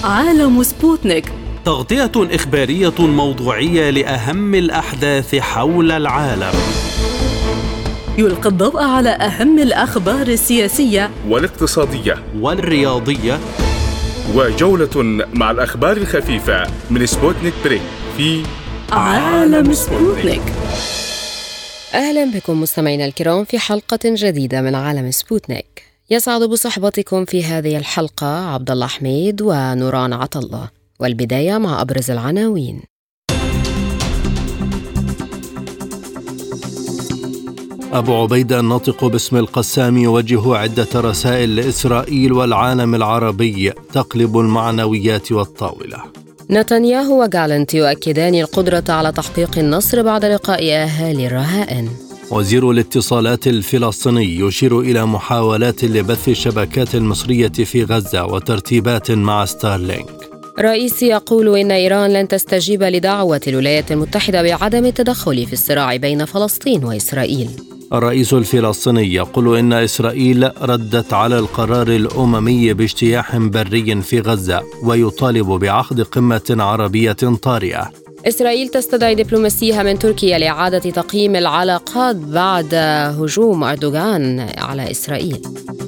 عالم سبوتنيك، تغطية إخبارية موضوعية لأهم الأحداث حول العالم. يلقي الضوء على أهم الأخبار السياسية والاقتصادية والرياضية، وجولة مع الأخبار الخفيفة من سبوتنيك بريك في عالم سبوتنيك. أهلا بكم مستمعينا الكرام في حلقة جديدة من عالم سبوتنيك. يسعد بصحبتكم في هذه الحلقة عبد الله حميد ونوران عطلة، والبداية مع أبرز العناوين. أبو عبيدة الناطق باسم القسام يوجه عدة رسائل لإسرائيل والعالم العربي تقلب المعنويات والطاولة. نتنياهو وجالنت يؤكدان القدرة على تحقيق النصر بعد لقاء أهالي الرهائن. وزير الاتصالات الفلسطيني يشير إلى محاولات لبث الشبكات المصرية في غزة وترتيبات مع ستارلينك. رئيس يقول إن إيران لن تستجيب لدعوة الولايات المتحدة بعدم التدخل في الصراع بين فلسطين وإسرائيل. الرئيس الفلسطيني يقول إن إسرائيل ردت على القرار الأممي باجتياح بري في غزة ويطالب بعقد قمة عربية طارئة. إسرائيل تستدعي دبلوماسيها من تركيا لإعادة تقييم العلاقات بعد هجوم أردوغان على إسرائيل.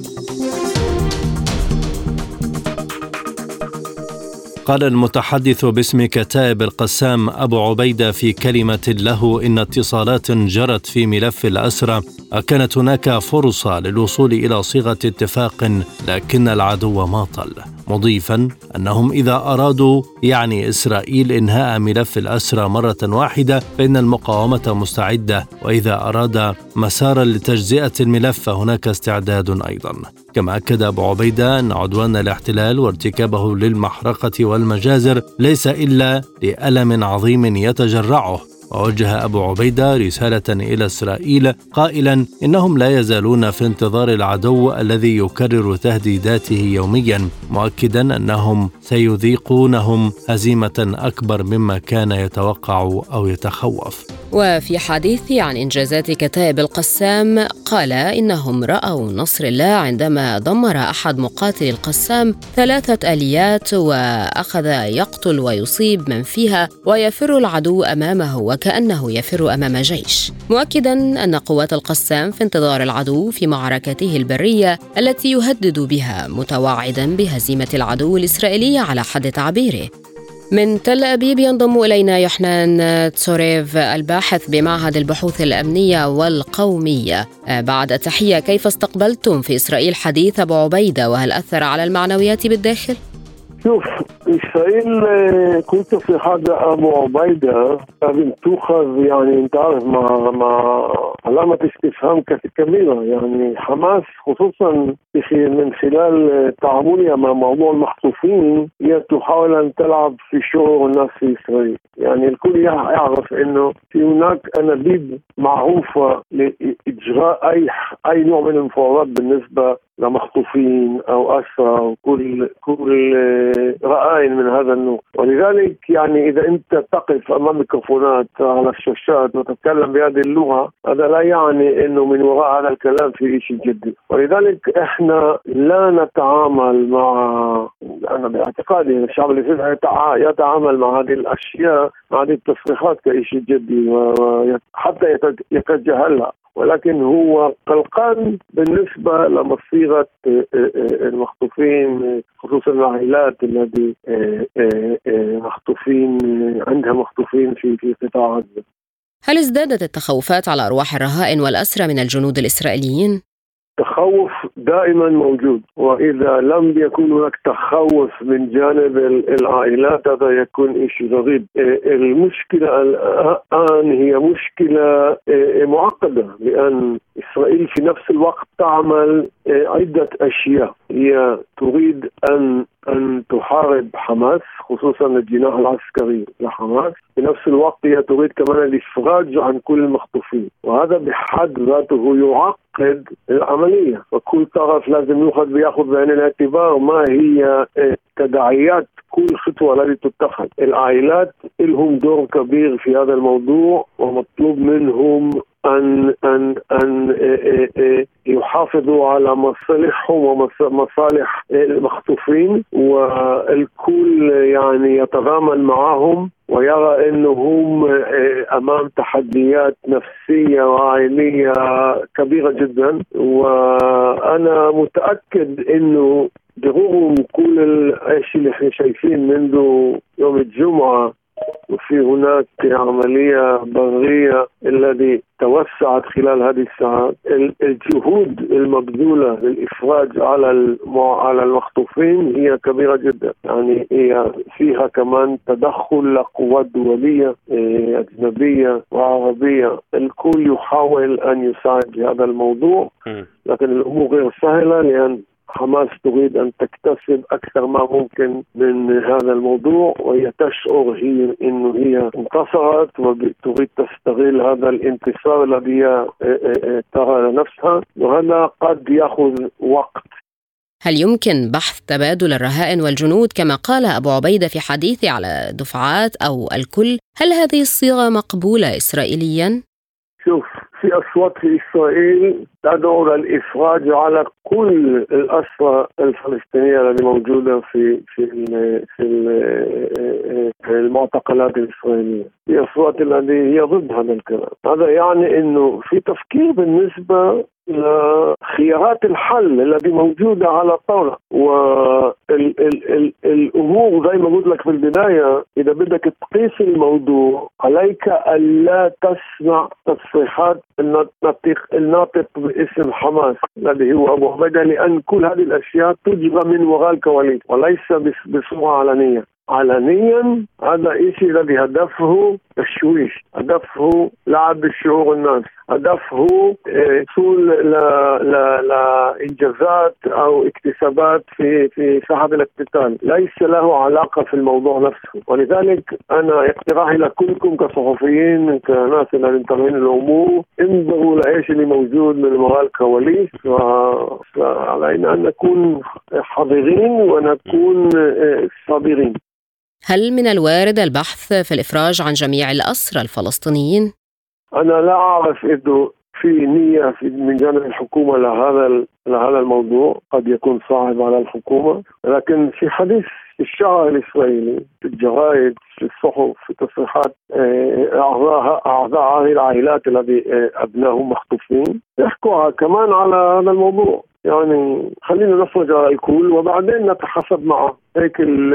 قال المتحدث باسم كتائب القسام أبو عبيدة في كلمة له إن اتصالات جرت في ملف الأسرى كانت هناك فرصة للوصول إلى صيغة اتفاق، لكن العدو ماطل، مضيفا أنهم إذا أرادوا يعني إسرائيل إنهاء ملف الأسرى مرة واحدة فإن المقاومة مستعدة، وإذا أراد مسارا لتجزئة الملف فهناك استعداد أيضا. كما أكد أبو عبيدة أن عدوان الاحتلال وارتكابه للمحرقة والمجازر ليس إلا لألم عظيم يتجرعه. ووجه أبو عبيدة رسالة إلى إسرائيل قائلا إنهم لا يزالون في انتظار العدو الذي يكرر تهديداته يوميا، مؤكدا أنهم سيذيقونهم هزيمة أكبر مما كان يتوقع أو يتخوف. وفي حديثه عن إنجازات كتائب القسام قال إنهم رأوا نصر الله عندما دمر أحد مقاتلي القسام 3 آليات وأخذ يقتل ويصيب من فيها ويفر العدو أمامه وكأنه يفر أمام جيش، مؤكدا أن قوات القسام في انتظار العدو في معركته البرية التي يهدد بها، متوعدا بهزيمة العدو الإسرائيلي على حد تعبيره. من تل أبيب ينضم إلينا يحنان تسوريف الباحث بمعهد البحوث الأمنية والقومية. بعد التحية، كيف استقبلتم في إسرائيل حديث أبو عبيدة، وهل أثر على المعنويات بالداخل؟ شوف، إسرائيل كنت في حاجة أبو عبيدة تؤخذ، يعني أنت عارف مع علامة استفهام كبيرة. يعني حماس خصوصا من خلال تعاملها مع موضوع المخطوفين هي تحاول أن تلعب في شعور الناس في إسرائيل. يعني الكل يعرف أنه في هناك أنابيب معروفة لإجراء أي نوع من المفاوضات بالنسبة لمخطوفين أو أسرى أو كل رأي من هذا النوع. ولذلك يعني إذا أنت تقف أمام ميكروفونات على الشاشات وتتكلم بهذه اللغة، هذا لا يعني أنه من وراء هذا الكلام في شيء جدي. ولذلك إحنا لا نتعامل أنا باعتقادي الشعب الإسرائيلي يتعامل مع هذه الأشياء، مع هذه التصريحات كشيء جدي وحتى يتجاهلها، ولكن هو قلقان بالنسبة لمصيرة المخطوفين، خصوصا العائلات التي مخطوفين عندها مخطوفين في قطاع غزة. هل ازدادت التخوفات على أرواح الرهائن والأسرى من الجنود الإسرائيليين؟ تخوف دائما موجود، وإذا لم يكن هناك تخوف من جانب العائلات هذا يكون شيء غريب. المشكلة الآن هي مشكلة معقدة، لأن إسرائيل في نفس الوقت تعمل عدة أشياء. هي تريد أن تحارب حماس، خصوصا الجناح العسكري لحماس. في نفس الوقت هي تريد كمان الإفراج عن كل المخطوفين، وهذا بحد ذاته يعقد العملية. وكل طرف لازم يأخذ بعين الاعتبار ما هي تداعيات كل خطوة التي تتخذ. العائلات لهم دور كبير في هذا الموضوع، ومطلوب منهم أن يحافظوا على مصالحهم ومصالح المخطوفين، والكل يعني يتضامن معهم ويرى أنهم أمام تحديات نفسية وعائلية كبيرة جدا. وأنا متأكد أنه برغم كل الشيء اللي احنا شايفين منذ يوم الجمعة، وفي هناك عملية برية التي توسعت خلال هذه الساعات، الجهود المبذولة للإفراج على المخطوفين هي كبيرة جدا. يعني هي فيها كمان تدخل لقوات دولية أجنبية وعربية، الكل يحاول أن يساعد في هذا الموضوع، لكن الأمور غير سهلة لأن حماس تريد أن تكتسب أكثر ما ممكن من هذا الموضوع، وهي تشعر أنه هي انتصرت وتريد تستغل هذا الانتصار الذي ترى نفسها، وهذا قد يأخذ وقت. هل يمكن بحث تبادل الرهائن والجنود كما قال أبو عبيدة في حديثه على دفعات أو الكل؟ هل هذه الصيغة مقبولة إسرائيليا؟ شوف، في أصوات في إسرائيل تدعو للإفراج على كل الأسرى الفلسطينية التي موجودة في المعتقلات الإسرائيلية. في أصوات التي هي ضد هذا الكلام. هذا يعني إنه في تفكير بالنسبة لخيارات الحل التي موجودة على الطاولة، والأمور زي ما قلت لك في البداية، إذا بدك تقيس الموضوع عليك ألا تسمع تصريحات الناطق باسم حماس الذي هو أبو عبيدة، لأن كل هذه الأشياء تجرى من وراء الكواليس وليس بصورة علنية. علنيا هذا الشيء الذي هدفه تشويش، هدفه لعب بالشعور الناس، هدفه وصول لإنجازات أو اكتسابات في ساحة الاقتتال، ليس له علاقة في الموضوع نفسه. ولذلك أنا اقتراحي لكلكم كصحفيين كناس اللي متابعين الأمور، انظروا لإيش اللي موجود من وراء الكواليس، وعلينا أن نكون حذرين ونكون صابرين. هل من الوارد البحث في الإفراج عن جميع الأسرى الفلسطينيين؟ أنا لا أعرف إذا في نية من جانب الحكومة لهذا الموضوع، قد يكون صعب على الحكومة، لكن في حديث الشارع الإسرائيلي في الجرائد في الصحف في تصريحات أعضاء هذه العائلات الذي أبنائهم مخطوفين يحكوا كمان على هذا الموضوع. يعني خلينا نفرج على الكل وبعدين نتحاسب معه. هيك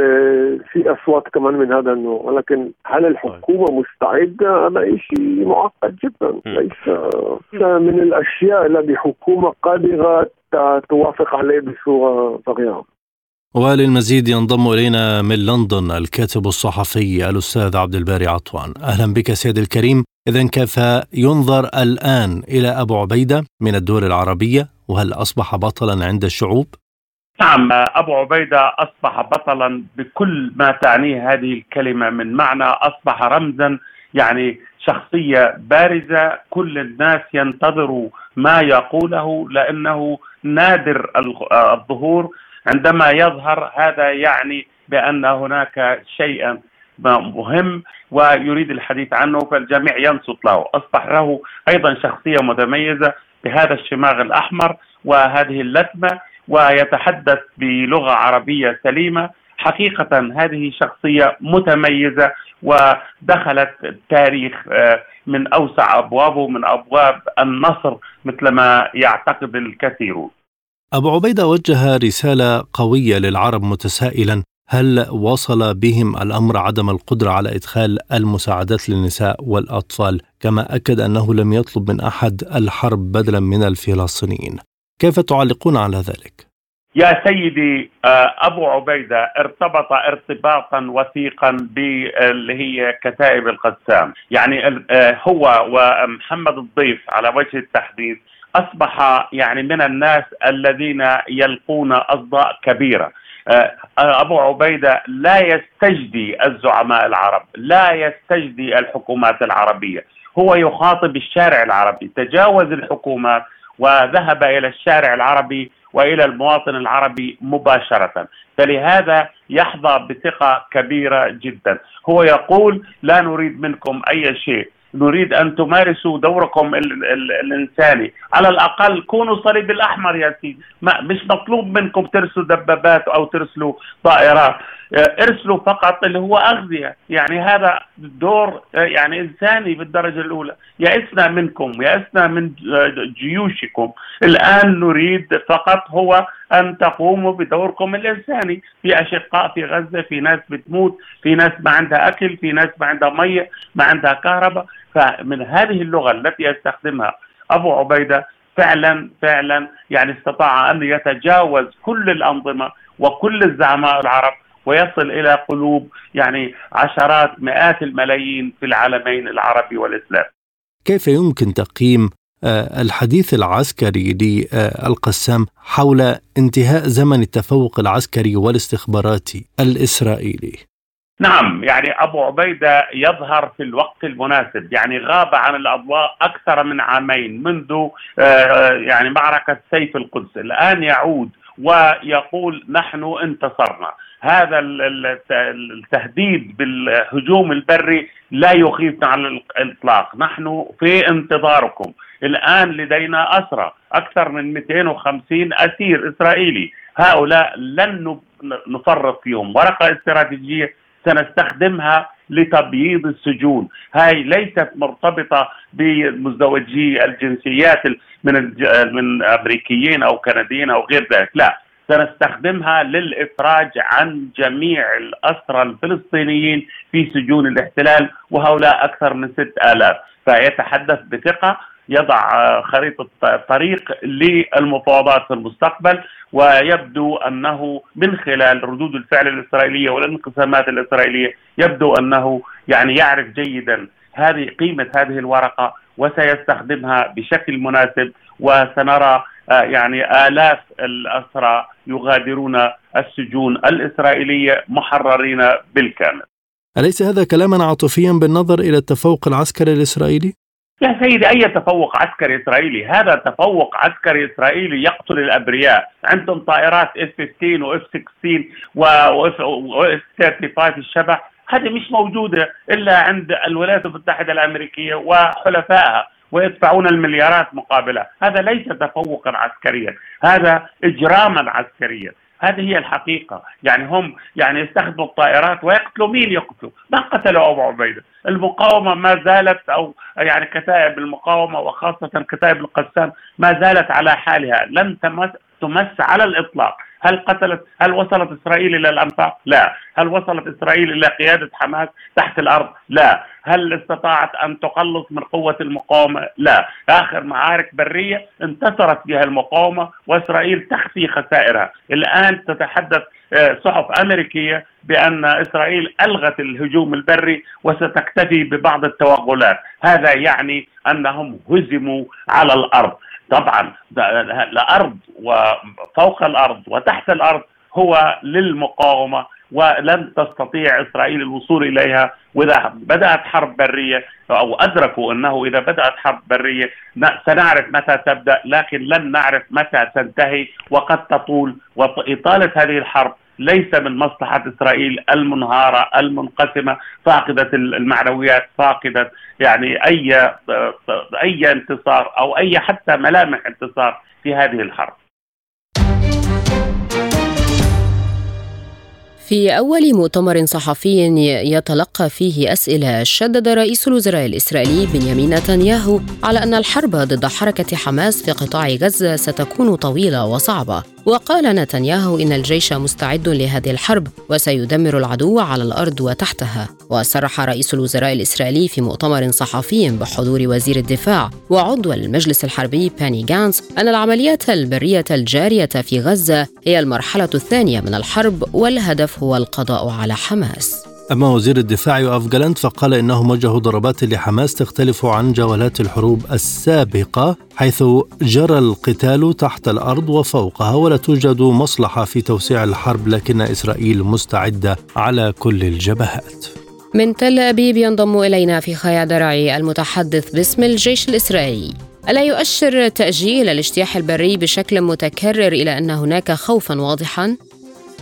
في أصوات كمان من هذا النوع، ولكن هل الحكومة مستعدة؟ هذا شيء معقد جدا، ليس من الأشياء التي حكومة قادرة توافق عليه بصورة صغيرة. وللمزيد ينضم إلينا من لندن الكاتب الصحفي الأستاذ عبد الباري عطوان. أهلا بك سيد الكريم. إذن كيف ينظر الآن إلى أبو عبيدة من الدول العربية، وهل أصبح بطلا عند الشعوب؟ نعم، أبو عبيدة أصبح بطلا بكل ما تعنيه هذه الكلمة من معنى. أصبح رمزا، يعني شخصية بارزة، كل الناس ينتظروا ما يقوله لأنه نادر الظهور. عندما يظهر هذا يعني بأن هناك شيئا مهم ويريد الحديث عنه، فالجميع ينصت له. أصبح له أيضا شخصية متميزة بهذا الشماغ الأحمر وهذه اللثمة، ويتحدث بلغة عربية سليمة. حقيقة هذه شخصية متميزة ودخلت التاريخ من أوسع أبوابه، من أبواب النصر مثل ما يعتقد الكثيرون. أبو عبيدة وجه رسالة قوية للعرب متسائلا هل وصل بهم الأمر عدم القدرة على إدخال المساعدات للنساء والأطفال، كما أكد أنه لم يطلب من أحد الحرب بدلا من الفلسطينيين. كيف تعلقون على ذلك؟ يا سيدي، أبو عبيدة ارتبط ارتباطا وثيقا باللي هي كتائب القسام. يعني هو ومحمد الضيف على وجه التحديد أصبح يعني من الناس الذين يلقون أصداء كبيرة. أبو عبيدة لا يستجدي الزعماء العرب، لا يستجدي الحكومات العربية، هو يخاطب الشارع العربي، تجاوز الحكومات وذهب إلى الشارع العربي وإلى المواطن العربي مباشرة، فلهذا يحظى بثقة كبيرة جدا. هو يقول لا نريد منكم أي شيء، نريد أن تمارسوا دوركم الإنساني، على الأقل كونوا صليب الأحمر يا سيدي. مش مطلوب منكم ترسلوا دبابات أو ترسلوا طائرات، ارسلوا فقط اللي هو أغذية. يعني هذا دور يعني إنساني بالدرجة الأولى. يأسنا منكم، يأسنا من جيوشكم. الآن نريد فقط هو أن تقوموا بدوركم الإنساني. في أشقاء في غزة، في ناس بتموت، في ناس ما عندها أكل، في ناس ما عندها مية، ما عندها كهرباء. فمن هذه اللغة التي يستخدمها أبو عبيدة فعلا يعني استطاع أن يتجاوز كل الأنظمة وكل الزعماء العرب ويصل إلى قلوب يعني عشرات مئات الملايين في العالمين العربي والإسلام. كيف يمكن تقييم الحديث العسكري للقسام حول انتهاء زمن التفوق العسكري والاستخباراتي الإسرائيلي؟ نعم، يعني أبو عبيدة يظهر في الوقت المناسب. يعني غاب عن الأضواء أكثر من عامين منذ يعني معركة سيف القدس. الآن يعود ويقول نحن انتصرنا. هذا التهديد بالهجوم البري لا يخيفنا على الإطلاق. نحن في انتظاركم. الآن لدينا أسرى أكثر من 250 أسير إسرائيلي. هؤلاء لن نفرط فيهم. ورقة استراتيجية سنستخدمها لتبييض السجون. هاي ليست مرتبطة بمزدوجي الجنسيات من أمريكيين أو كنديين أو غير ذلك، لا، سنستخدمها للإفراج عن جميع الأسرى الفلسطينيين في سجون الاحتلال، وهؤلاء أكثر من 6000. فيتحدث بثقة، يضع خريطة طريق للمفاوضات في المستقبل. ويبدو أنه من خلال ردود الفعل الإسرائيلية والانقسامات الإسرائيلية يبدو أنه يعني يعرف جيدا قيمة هذه الورقة وسيستخدمها بشكل مناسب. وسنرى يعني آلاف الأسرى يغادرون السجون الإسرائيلية محررين بالكامل. أليس هذا كلاما عاطفيا بالنظر إلى التفوق العسكري الإسرائيلي؟ يا سيدي، أي تفوق عسكري إسرائيلي؟ هذا تفوق عسكري إسرائيلي يقتل الأبرياء. عندهم طائرات F-15 و F-16 و F-35 الشبح. هذه مش موجودة إلا عند الولايات المتحدة الأمريكية وحلفائها، ويدفعون المليارات مقابلها. هذا ليس تفوقا عسكريا، هذا إجراما عسكريا. هذه هي الحقيقة. يعني هم يعني يستخدموا الطائرات ويقتلوا. مين يقتلوا؟ ما قتلوا أبو عبيدة. المقاومة ما زالت، أو يعني كتائب المقاومة وخاصة كتائب القسام ما زالت على حالها، لن تمس على الإطلاق. هل وصلت إسرائيل إلى الأنفاق؟ لا. هل وصلت إسرائيل إلى قيادة حماس تحت الأرض؟ لا. هل استطاعت أن تقلص من قوة المقاومة؟ لا. آخر معارك برية انتصرت بها المقاومة وإسرائيل تخفي خسائرها. الآن تتحدث صحف أمريكية بأن إسرائيل ألغت الهجوم البري وستكتفي ببعض التوغلات. هذا يعني أنهم هزموا على الأرض. طبعا الأرض وفوق الأرض وتحت الأرض هو للمقاومة، ولن تستطيع إسرائيل الوصول إليها. وإذا بدأت حرب برية، أو أدركوا أنه إذا بدأت حرب برية سنعرف متى تبدأ، لكن لن نعرف متى تنتهي، وقد تطول. وإطالة هذه الحرب ليس من مصلحة إسرائيل المنهارة المنقسمة فاقدة المعنويات، فاقدة يعني أي انتصار أو أي حتى ملامح انتصار في هذه الحرب. في أول مؤتمر صحفي يتلقى فيه أسئلة، شدد رئيس الوزراء الإسرائيلي بنيامين نتنياهو على أن الحرب ضد حركة حماس في قطاع غزة ستكون طويلة وصعبة. وقال نتنياهو إن الجيش مستعد لهذه الحرب وسيدمر العدو على الأرض وتحتها. وصرح رئيس الوزراء الإسرائيلي في مؤتمر صحفي بحضور وزير الدفاع وعضو المجلس الحربي باني غانتس أن العمليات البرية الجارية في غزة هي المرحلة الثانية من الحرب، والهدف هو القضاء على حماس. أما وزير الدفاع يوآف جالانت فقال إنهم وجهوا ضربات لحماس تختلف عن جولات الحروب السابقة، حيث جرى القتال تحت الأرض وفوقها، ولا توجد مصلحة في توسيع الحرب، لكن إسرائيل مستعدة على كل الجبهات. من تل أبيب ينضم إلينا في خيا درعي المتحدث باسم الجيش الإسرائيلي. ألا يؤشر تأجيل الاجتياح البري بشكل متكرر إلى أن هناك خوفا واضحا؟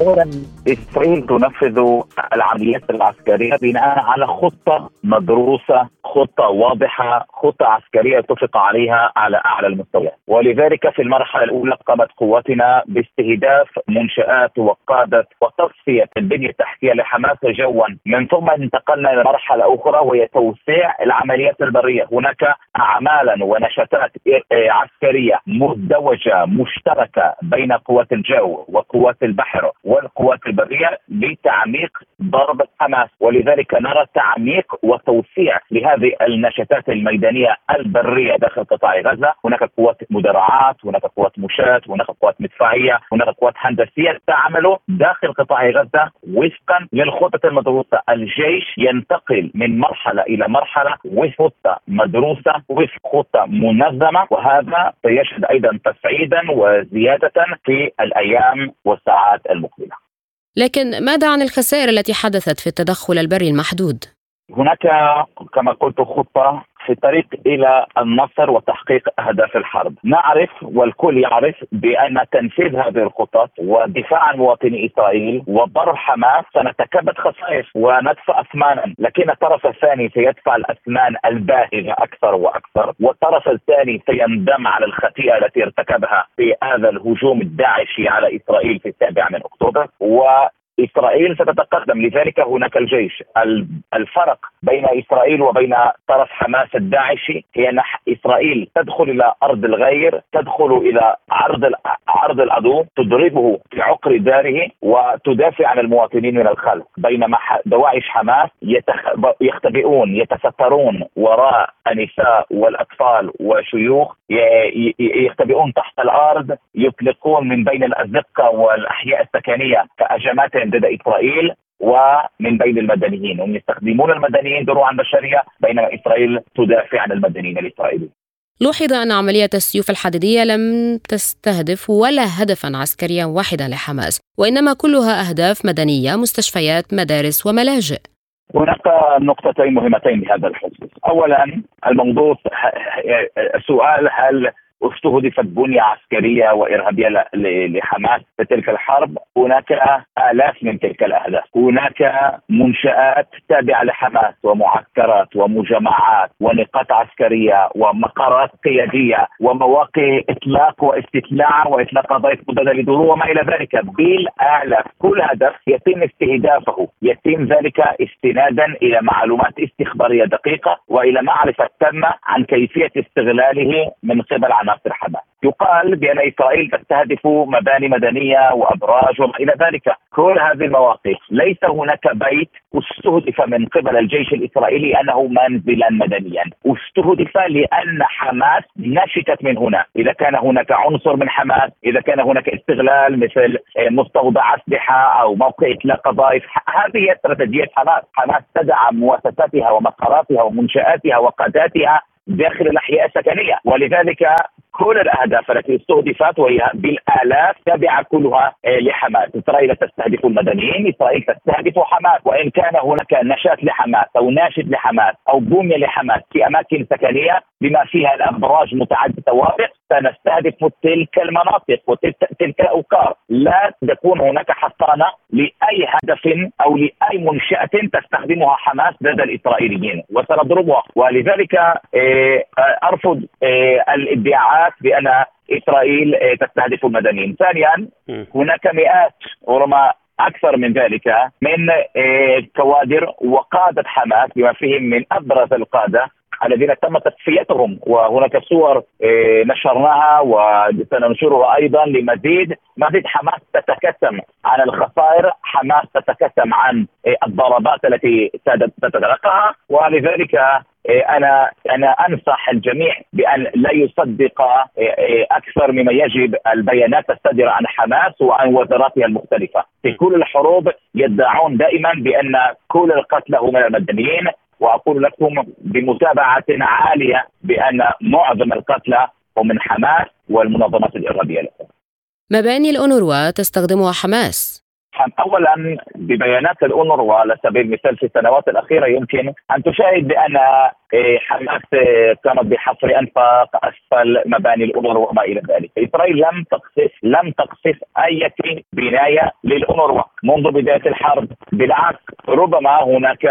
أولا إسرائيل تنفذ العمليات العسكرية بناء على خطة مدروسة، خطة واضحة، خطة عسكرية اتفق عليها على أعلى المستويات. ولذلك في المرحلة الأولى قامت قواتنا باستهداف منشآت وقادة وتصفية البنية التحتية لحماس جوا، من ثم انتقلنا إلى مرحلة أخرى وهي توسيع العمليات البرية. هناك أعمالا ونشاطات عسكرية مزدوجة مشتركة بين قوات الجو وقوات البحر والقوات البرية لتعميق ضرب حماس، ولذلك نرى تعميق وتوسيع لهذه النشاطات الميدانية البرية داخل قطاع غزة. هناك قوات مدرعات، هناك قوات مشاة، هناك قوات مدفعية، هناك قوات هندسية تعمل داخل قطاع غزة وفقا للخطة المدروسة. الجيش ينتقل من مرحلة إلى مرحلة وخطة مدروسة وفق خطة منظمة، وهذا سيشهد أيضا تصعيدا وزيادة في الأيام والساعات المقبلة. لكن ماذا عن الخسائر التي حدثت في التدخل البري المحدود؟ هناك كما قلت خطة في الطريق إلى النصر وتحقيق أهداف الحرب. نعرف والكل يعرف بأن تنفيذ هذه الخطط ودفاع عن مواطني إسرائيل وضرب حماس سنتكبد خسائر وندفع أثمانا، لكن الطرف الثاني سيدفع الأثمان الباهظة أكثر وأكثر، والطرف الثاني سيندم على الخطيئة التي ارتكبها في هذا الهجوم الداعشي على إسرائيل في 7 أكتوبر، إسرائيل ستتقدم. لذلك هناك الجيش. الفرق بين إسرائيل وبين طرف حماس الداعشي هي أن إسرائيل تدخل إلى أرض الغير، تدخل إلى عرض العدو، تضربه في عقر داره وتدافع عن المواطنين من الخلف، بينما دواعش حماس يختبئون يتسترون وراء النساء والأطفال والشيوخ، يختبئون تحت الأرض، يطلقون من بين الأزقة والأحياء السكنية كهجمات ضد إسرائيل ومن بين المدنيين. هم يستخدمون المدنيين دروعا بشرية، بينما إسرائيل تدافع عن المدنيين الإسرائيليين. لوحظ أن عملية السيوف الحديدية لم تستهدف ولا هدفا عسكريا واحدا لحماس، وإنما كلها أهداف مدنية، مستشفيات، مدارس وملاجئ. هناك نقطتين مهمتين بهذا الخصوص. أولا الموضوع سؤال هل استهدفت بنية عسكرية وإرهابية لحماس في تلك الحرب؟ هناك آلاف من تلك الأهداف. هناك منشآت تابعة لحماس ومعسكرات ومجمعات ونقاط عسكرية ومقرات قيادية ومواقع إطلاق واستطلاع وإطلاق قضايا مددة لدروع وما إلى ذلك بالآلاف. كل هدف يتم استهدافه، يتم ذلك استنادا إلى معلومات استخبارية دقيقة وإلى معرفة تامة عن كيفية استغلاله من قبل عناصر حماس. يقال بأن إسرائيل تستهدف مباني مدنية وأبراج وما إلى ذلك. كل هذه المواقف ليس هناك بيت استهدف من قبل الجيش الإسرائيلي أنه منزلا مدنيا، استهدف لأن حماس نشطت من هنا. إذا كان هناك عنصر من حماس، إذا كان هناك استغلال مثل مستودع أسلحة أو موقع إطلاق قذائف، هذه هي استراتيجية حماس. حماس تدعم مؤسساتها ومقراتها ومنشآتها وقاداتها داخل الأحياء السكنية، ولذلك كل الأهداف التي استهدفت وهي بالآلاف تابعة كلها لحماس. إسرائيل تستهدف المدنيين، إسرائيل تستهدف حماس، وإن كان هناك نشاط لحماس أو ناشد لحماس أو بنية لحماس في أماكن سكنية بما فيها الأبراج متعددة الطوابق، سنستهدف تلك المناطق وتلك الأوقار. لا تكون هناك حصانة لأي هدف أو لأي منشأة تستخدمها حماس ضد الإسرائيليين وسنضربها. ولذلك أرفض الادعاءات بأن إسرائيل تستهدف المدنيين. ثانيا هناك مئات وربما أكثر من ذلك من كوادر وقادة حماس بما فيهم من أبرز القادة الذين تم تصفيتهم، وهناك صور نشرناها وسننشرها أيضا لمزيد حماس تتكتم عن الخسائر، حماس تتكتم عن الضربات التي تتلقاها. ولذلك أنا أنصح الجميع بأن لا يصدق أكثر مما يجب البيانات الصادرة عن حماس وعن وزاراتها المختلفة. في كل الحروب يدعون دائما بأن كل القتلى هم المدنيين، وأقول لكم بمتابعة عالية بأن معظم القتلى هم من حماس والمنظمات الإرهابية. مباني الأونروا تستخدمها حماس. أولا ببيانات الأونروا على سبيل المثال في السنوات الأخيرة يمكن أن تشاهد بأن حماس كانت بحفر أنفاق أسفل مباني الأونروا وما إلى ذلك. إسرائيل لم تقصف أي بناية للأونروا منذ بداية الحرب، بالعكس ربما هناك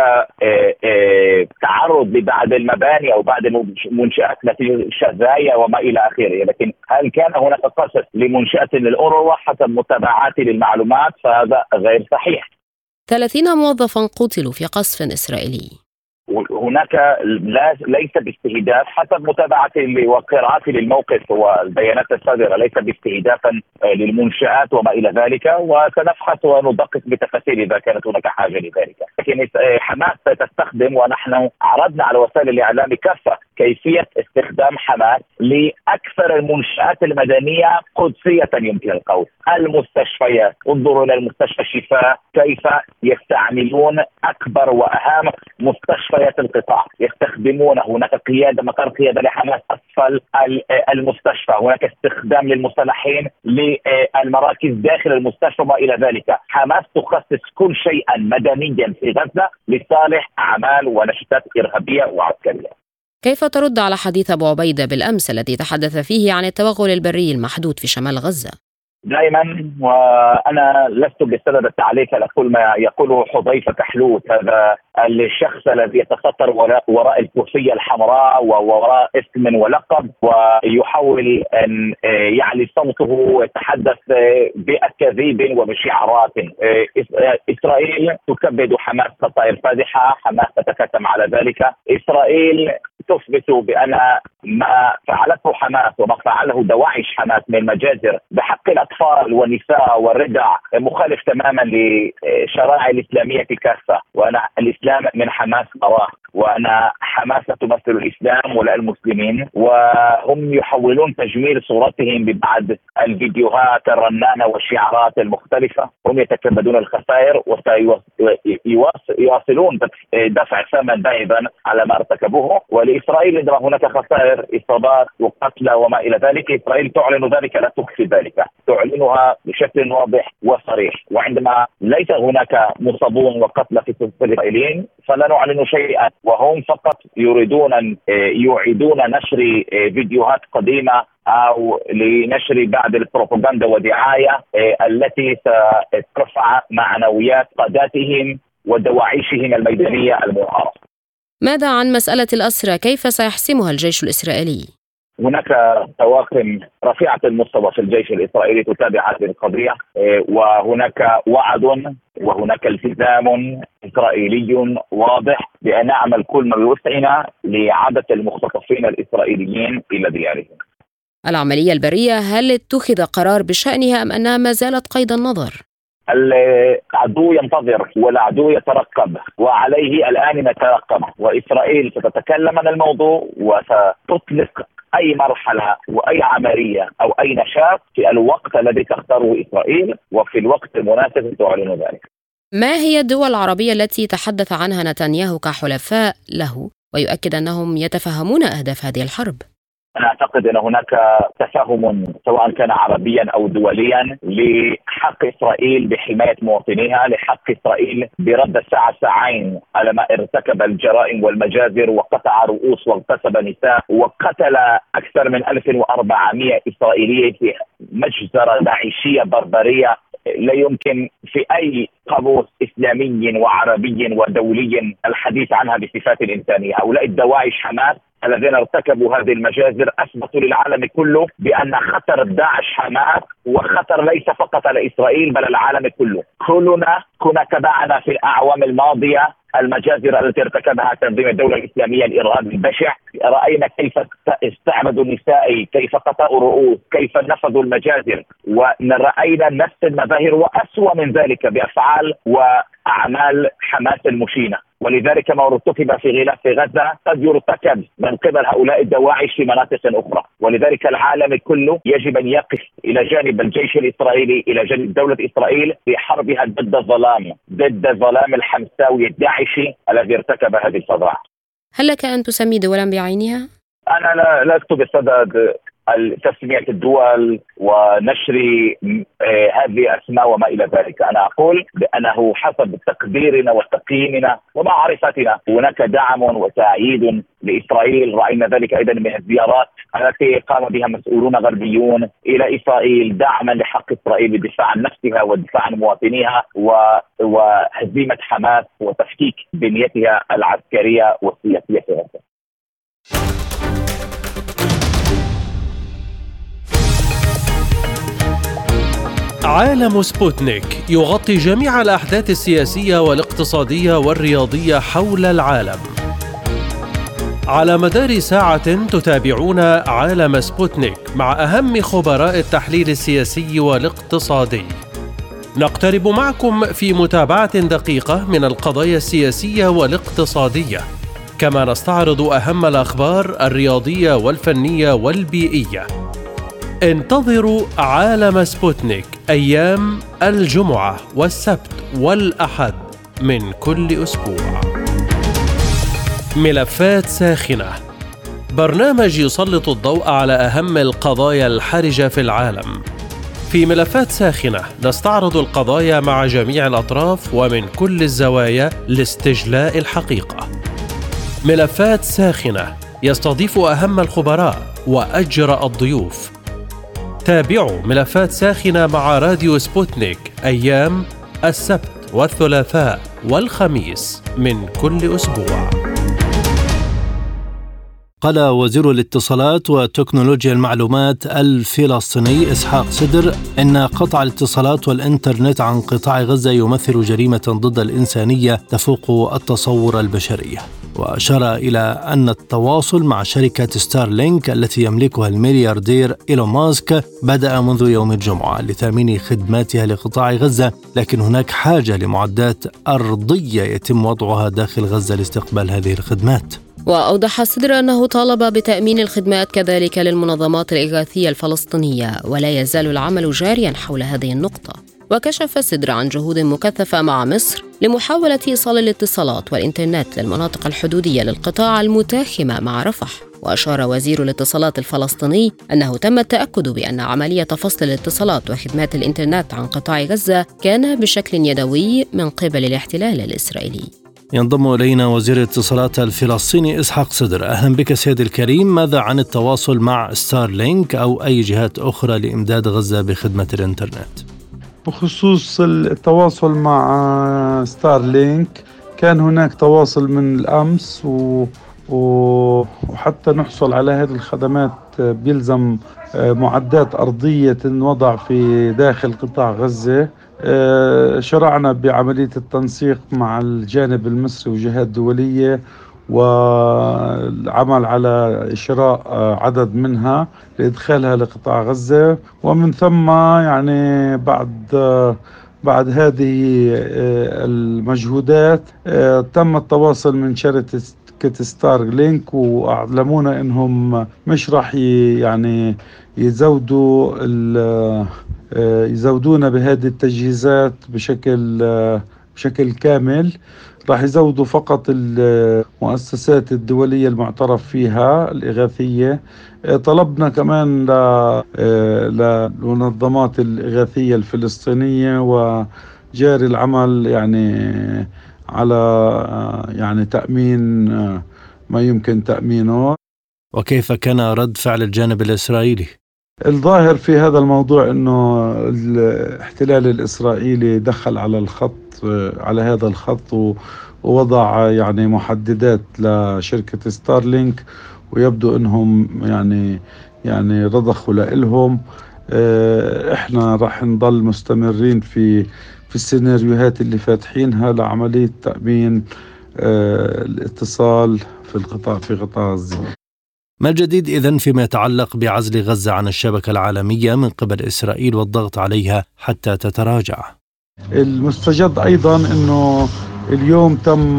تعرض لبعض المباني أو بعض المنشآت نتيجة شظايا وما إلى آخره، لكن هل كان هناك قصف لمنشأة الأونروا حسب متابعاتي للمعلومات فهذا غير صحيح. 30 موظفا قتلوا في قصف إسرائيلي. هناك ليس باستهداف حسب متابعتي وقراءتي للموقف والبيانات الصادرة، ليس باستهدافا للمنشآت وما إلى ذلك، وسنبحث وندقق بتفاصيل إذا كانت هناك حاجة لذلك. لكن حماس ستستخدم، ونحن عرضنا على وسائل الإعلام كافة كيفية استخدام حماس لأكثر المنشآت المدنية قدسية يمكن القول. المستشفيات، انظروا إلى المستشفى الشفاء كيف يستعملون أكبر وأهم مستشفيات القطاع، يستخدمون هناك قيادة مقر قيادة لحماس أسفل المستشفى، هناك استخدام للمسلحين للمراكز داخل المستشفى وما إلى ذلك. حماس تخصص كل شيء مدنيا في غزة لصالح أعمال ونشاطات إرهابية وعسكرية. كيف ترد على حديث أبو عبيدة بالأمس الذي تحدث فيه عن التوغل البري المحدود في شمال غزة؟ دائما وأنا لست بصدد التعليق على كل ما يقوله حذيفة كحلوت، هذا الشخص الذي يتستر وراء الكوفية الحمراء ووراء اسم ولقب، ويحاول أن يعلي صوته ويتحدث بأكاذيب وبشعارات. إسرائيل تكبد حماس خسائر فادحة، حماس تتكتم على ذلك. إسرائيل تثبت بأن ما فعلته حماس وما فعله دواعش حماس من مجازر بحق الأطفال والنساء والرضع مخالف تماما لشرائع الإسلامية كافة، وأنا الإسلام من حماس أراه، وأنا حماس تمثل الإسلام ولا المسلمين، وهم يحاولون تجميل صورتهم ببعض الفيديوهات الرنانة والشعارات المختلفة. هم يتكبدون الخسائر وسيواصلون دفع ثمن باهظا على ما ارتكبوه. ولإسرائيل عندما هناك خسائر إصابات وقتلى وما إلى ذلك، إسرائيل تعلن ذلك، لا تخفي ذلك، تعلنها بشكل واضح وصريح. وعندما ليس هناك مصابون وقتلى في الإسرائيليين فلا نعلن شيئا، وهم فقط يريدون أن يعيدون نشر فيديوهات قديمة أو لنشر بعض البروباغندا ودعاية التي سترفع معنويات قاداتهم ودواعشهم الميدانية المعارضة. ماذا عن مسألة الأسرى؟ كيف سيحسمها الجيش الإسرائيلي؟ هناك طواقم رفيعة المستوى في الجيش الإسرائيلي تتابع هذه القضية، وهناك وعد وهناك التزام إسرائيلي واضح بأن نعمل كل ما بوسعنا لعودة المختطفين الإسرائيليين إلى ديارهم. العملية البرية هل اتخذ قرار بشأنها أم أنها ما زالت قيد النظر؟ العدو ينتظر والعدو يترقب، وعليه الآن نترقب، وإسرائيل ستتكلم عن الموضوع وستطلق أي مرحلة وأي عملية أو أي نشاط في الوقت الذي تختاره إسرائيل وفي الوقت المناسب تعلن ذلك. ما هي الدول العربية التي تحدث عنها نتنياهو كحلفاء له ويؤكد أنهم يتفهمون أهداف هذه الحرب؟ أنا أعتقد أن هناك تفاهم سواء كان عربيا أو دوليا لحق إسرائيل بحماية مواطنيها، لحق إسرائيل برد الساعة ساعين على ما ارتكب الجرائم والمجازر وقطع رؤوس واغتصب نساء وقتل أكثر من 1400 إسرائيلي في مجزرة داعشية بربرية لا يمكن في أي قاموس إسلامي وعربي ودولي الحديث عنها بصفات الإنسانية. هؤلاء الدواعش حماس الذين ارتكبوا هذه المجازر أثبتوا للعالم كله بأن خطر داعش حماس وخطر ليس فقط على إسرائيل بل العالم كله. كنا تابعنا في الأعوام الماضية المجازر التي ارتكبها تنظيم الدولة الإسلامية الإرهابي البشع، رأينا كيف استعبدوا النساء، كيف قطعوا رؤوس، كيف نفذوا المجازر، ورأينا نفس المظاهر وأسوأ من ذلك بأفعال وأعمال حماس المشينة. ولذلك ما ارتكب في غلاف غزة قد يرتكب من قبل هؤلاء الدواعش في مناطق أخرى، ولذلك العالم كله يجب أن يقف إلى جانب الجيش الإسرائيلي، إلى جانب دولة إسرائيل في حربها ضد الظلام، ضد الظلام الحمساوي الداعشي الذي ارتكب هذه الفظاعة. هل لك أن تسمي دولا بعينها؟ أنا لست بصدد تسمية الدول ونشر هذه الأسماء وما إلى ذلك. أنا أقول بأنه حسب تقديرنا وتقييمنا ومعرفتنا هناك دعم وتأييد لإسرائيل. رأينا ذلك أيضا من الزيارات التي قام بها مسؤولون غربيون إلى إسرائيل دعما لحق إسرائيل بالدفاع عن نفسها والدفاع عن مواطنيها وهزيمة حماس وتفكيك بنيتها العسكرية والسياسية في غزة. عالم سبوتنيك يغطي جميع الأحداث السياسية والاقتصادية والرياضية حول العالم. على مدار ساعة تتابعون عالم سبوتنيك مع أهم خبراء التحليل السياسي والاقتصادي. نقترب معكم في متابعة دقيقة من القضايا السياسية والاقتصادية، كما نستعرض أهم الأخبار الرياضية والفنية والبيئية. انتظروا عالم سبوتنيك أيام الجمعة والسبت والأحد من كل أسبوع. ملفات ساخنة، برنامج يسلط الضوء على أهم القضايا الحرجة في العالم. في ملفات ساخنة نستعرض القضايا مع جميع الأطراف ومن كل الزوايا لاستجلاء الحقيقة. ملفات ساخنة يستضيف أهم الخبراء وأجرأ الضيوف. تابعوا ملفات ساخنة مع راديو سبوتنيك أيام السبت والثلاثاء والخميس من كل أسبوع. قال وزير الاتصالات وتكنولوجيا المعلومات الفلسطيني إسحاق صدر إن قطع الاتصالات والإنترنت عن قطاع غزة يمثل جريمة ضد الإنسانية تفوق التصور البشري، وأشار إلى أن التواصل مع شركة ستارلينك التي يملكها الملياردير إيلون ماسك بدأ منذ يوم الجمعة لتأمين خدماتها لقطاع غزة، لكن هناك حاجة لمعدات أرضية يتم وضعها داخل غزة لاستقبال هذه الخدمات. وأوضح صدر أنه طالب بتأمين الخدمات كذلك للمنظمات الإغاثية الفلسطينية، ولا يزال العمل جاريا حول هذه النقطة. وكشف صدر عن جهود مكثفة مع مصر لمحاولة إيصال الاتصالات والإنترنت للمناطق الحدودية للقطاع المتاخمة مع رفح. وأشار وزير الاتصالات الفلسطيني أنه تم التأكد بأن عملية فصل الاتصالات وخدمات الإنترنت عن قطاع غزة كان بشكل يدوي من قبل الاحتلال الإسرائيلي. ينضم إلينا وزير الاتصالات الفلسطيني إسحاق صدر. أهلا بك سيد الكريم. ماذا عن التواصل مع ستارلينك أو أي جهات أخرى لإمداد غزة بخدمة الإنترنت؟ بخصوص التواصل مع ستارلينك كان هناك تواصل من الأمس وحتى نحصل على هذه الخدمات بيلزم معدات أرضية تنوضع في داخل قطاع غزة. شرعنا بعملية التنسيق مع الجانب المصري وجهات دولية والعمل على شراء عدد منها لإدخالها لقطاع غزة، ومن ثم يعني بعد هذه المجهودات تم التواصل من شركة ستارلينك وأعلمونا إنهم مش راح يعني يزودونا بهذه التجهيزات بشكل كامل. راح يزودوا فقط المؤسسات الدولية المعترف فيها الإغاثية. طلبنا كمان للمنظمات الإغاثية الفلسطينية وجاري العمل يعني على تأمين ما يمكن تأمينه. وكيف كان رد فعل الجانب الإسرائيلي؟ الظاهر في هذا الموضوع أنه الاحتلال الإسرائيلي دخل على هذا الخط ووضع يعني محددات لشركة ستارلينك، ويبدو أنهم يعني رضخوا لإلهم. احنا راح نضل مستمرين في السيناريوهات اللي فاتحينها لعملية تأمين الاتصال في قطاع غزة. ما الجديد إذن فيما يتعلق بعزل غزة عن الشبكة العالمية من قبل إسرائيل والضغط عليها حتى تتراجع؟ المستجد أيضا أنه اليوم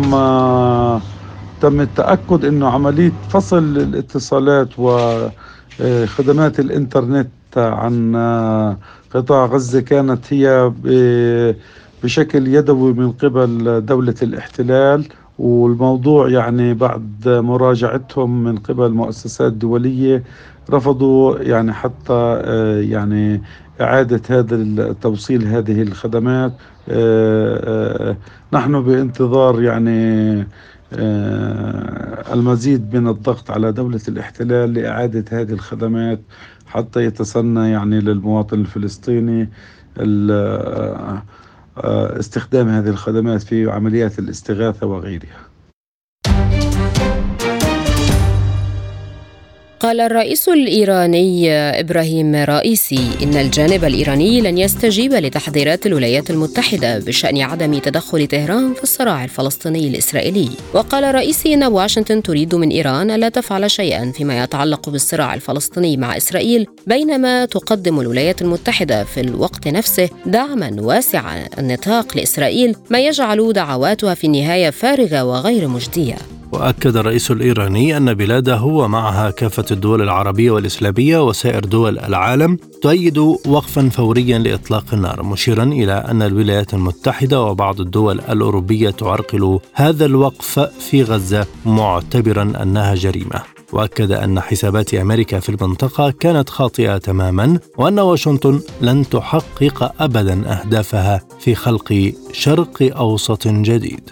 تم التأكد أنه عملية فصل الاتصالات وخدمات الإنترنت عن قطاع غزة كانت هي بشكل يدوي من قبل دولة الاحتلال، والموضوع يعني بعد مراجعتهم من قبل مؤسسات دولية رفضوا يعني حتى يعني إعادة هذا توصيل هذه الخدمات. نحن بانتظار يعني المزيد من الضغط على دولة الاحتلال لإعادة هذه الخدمات حتى يتسنى يعني للمواطن الفلسطيني استخدام هذه الخدمات في عمليات الاستغاثة وغيرها. قال الرئيس الإيراني إبراهيم رئيسي إن الجانب الإيراني لن يستجيب لتحذيرات الولايات المتحدة بشأن عدم تدخل طهران في الصراع الفلسطيني الإسرائيلي. وقال رئيسي إن واشنطن تريد من إيران ألا تفعل شيئا فيما يتعلق بالصراع الفلسطيني مع إسرائيل، بينما تقدم الولايات المتحدة في الوقت نفسه دعما واسع النطاق لإسرائيل، ما يجعل دعواتها في النهاية فارغة وغير مجدية. وأكد الرئيس الإيراني أن بلاده ومعها كافة الدول العربية والإسلامية وسائر دول العالم تؤيد وقفا فوريا لإطلاق النار، مشيرا إلى أن الولايات المتحدة وبعض الدول الأوروبية تعرقل هذا الوقف في غزة، معتبرا أنها جريمة. وأكد أن حسابات أمريكا في المنطقة كانت خاطئة تماما، وأن واشنطن لن تحقق أبدا أهدافها في خلق شرق أوسط جديد.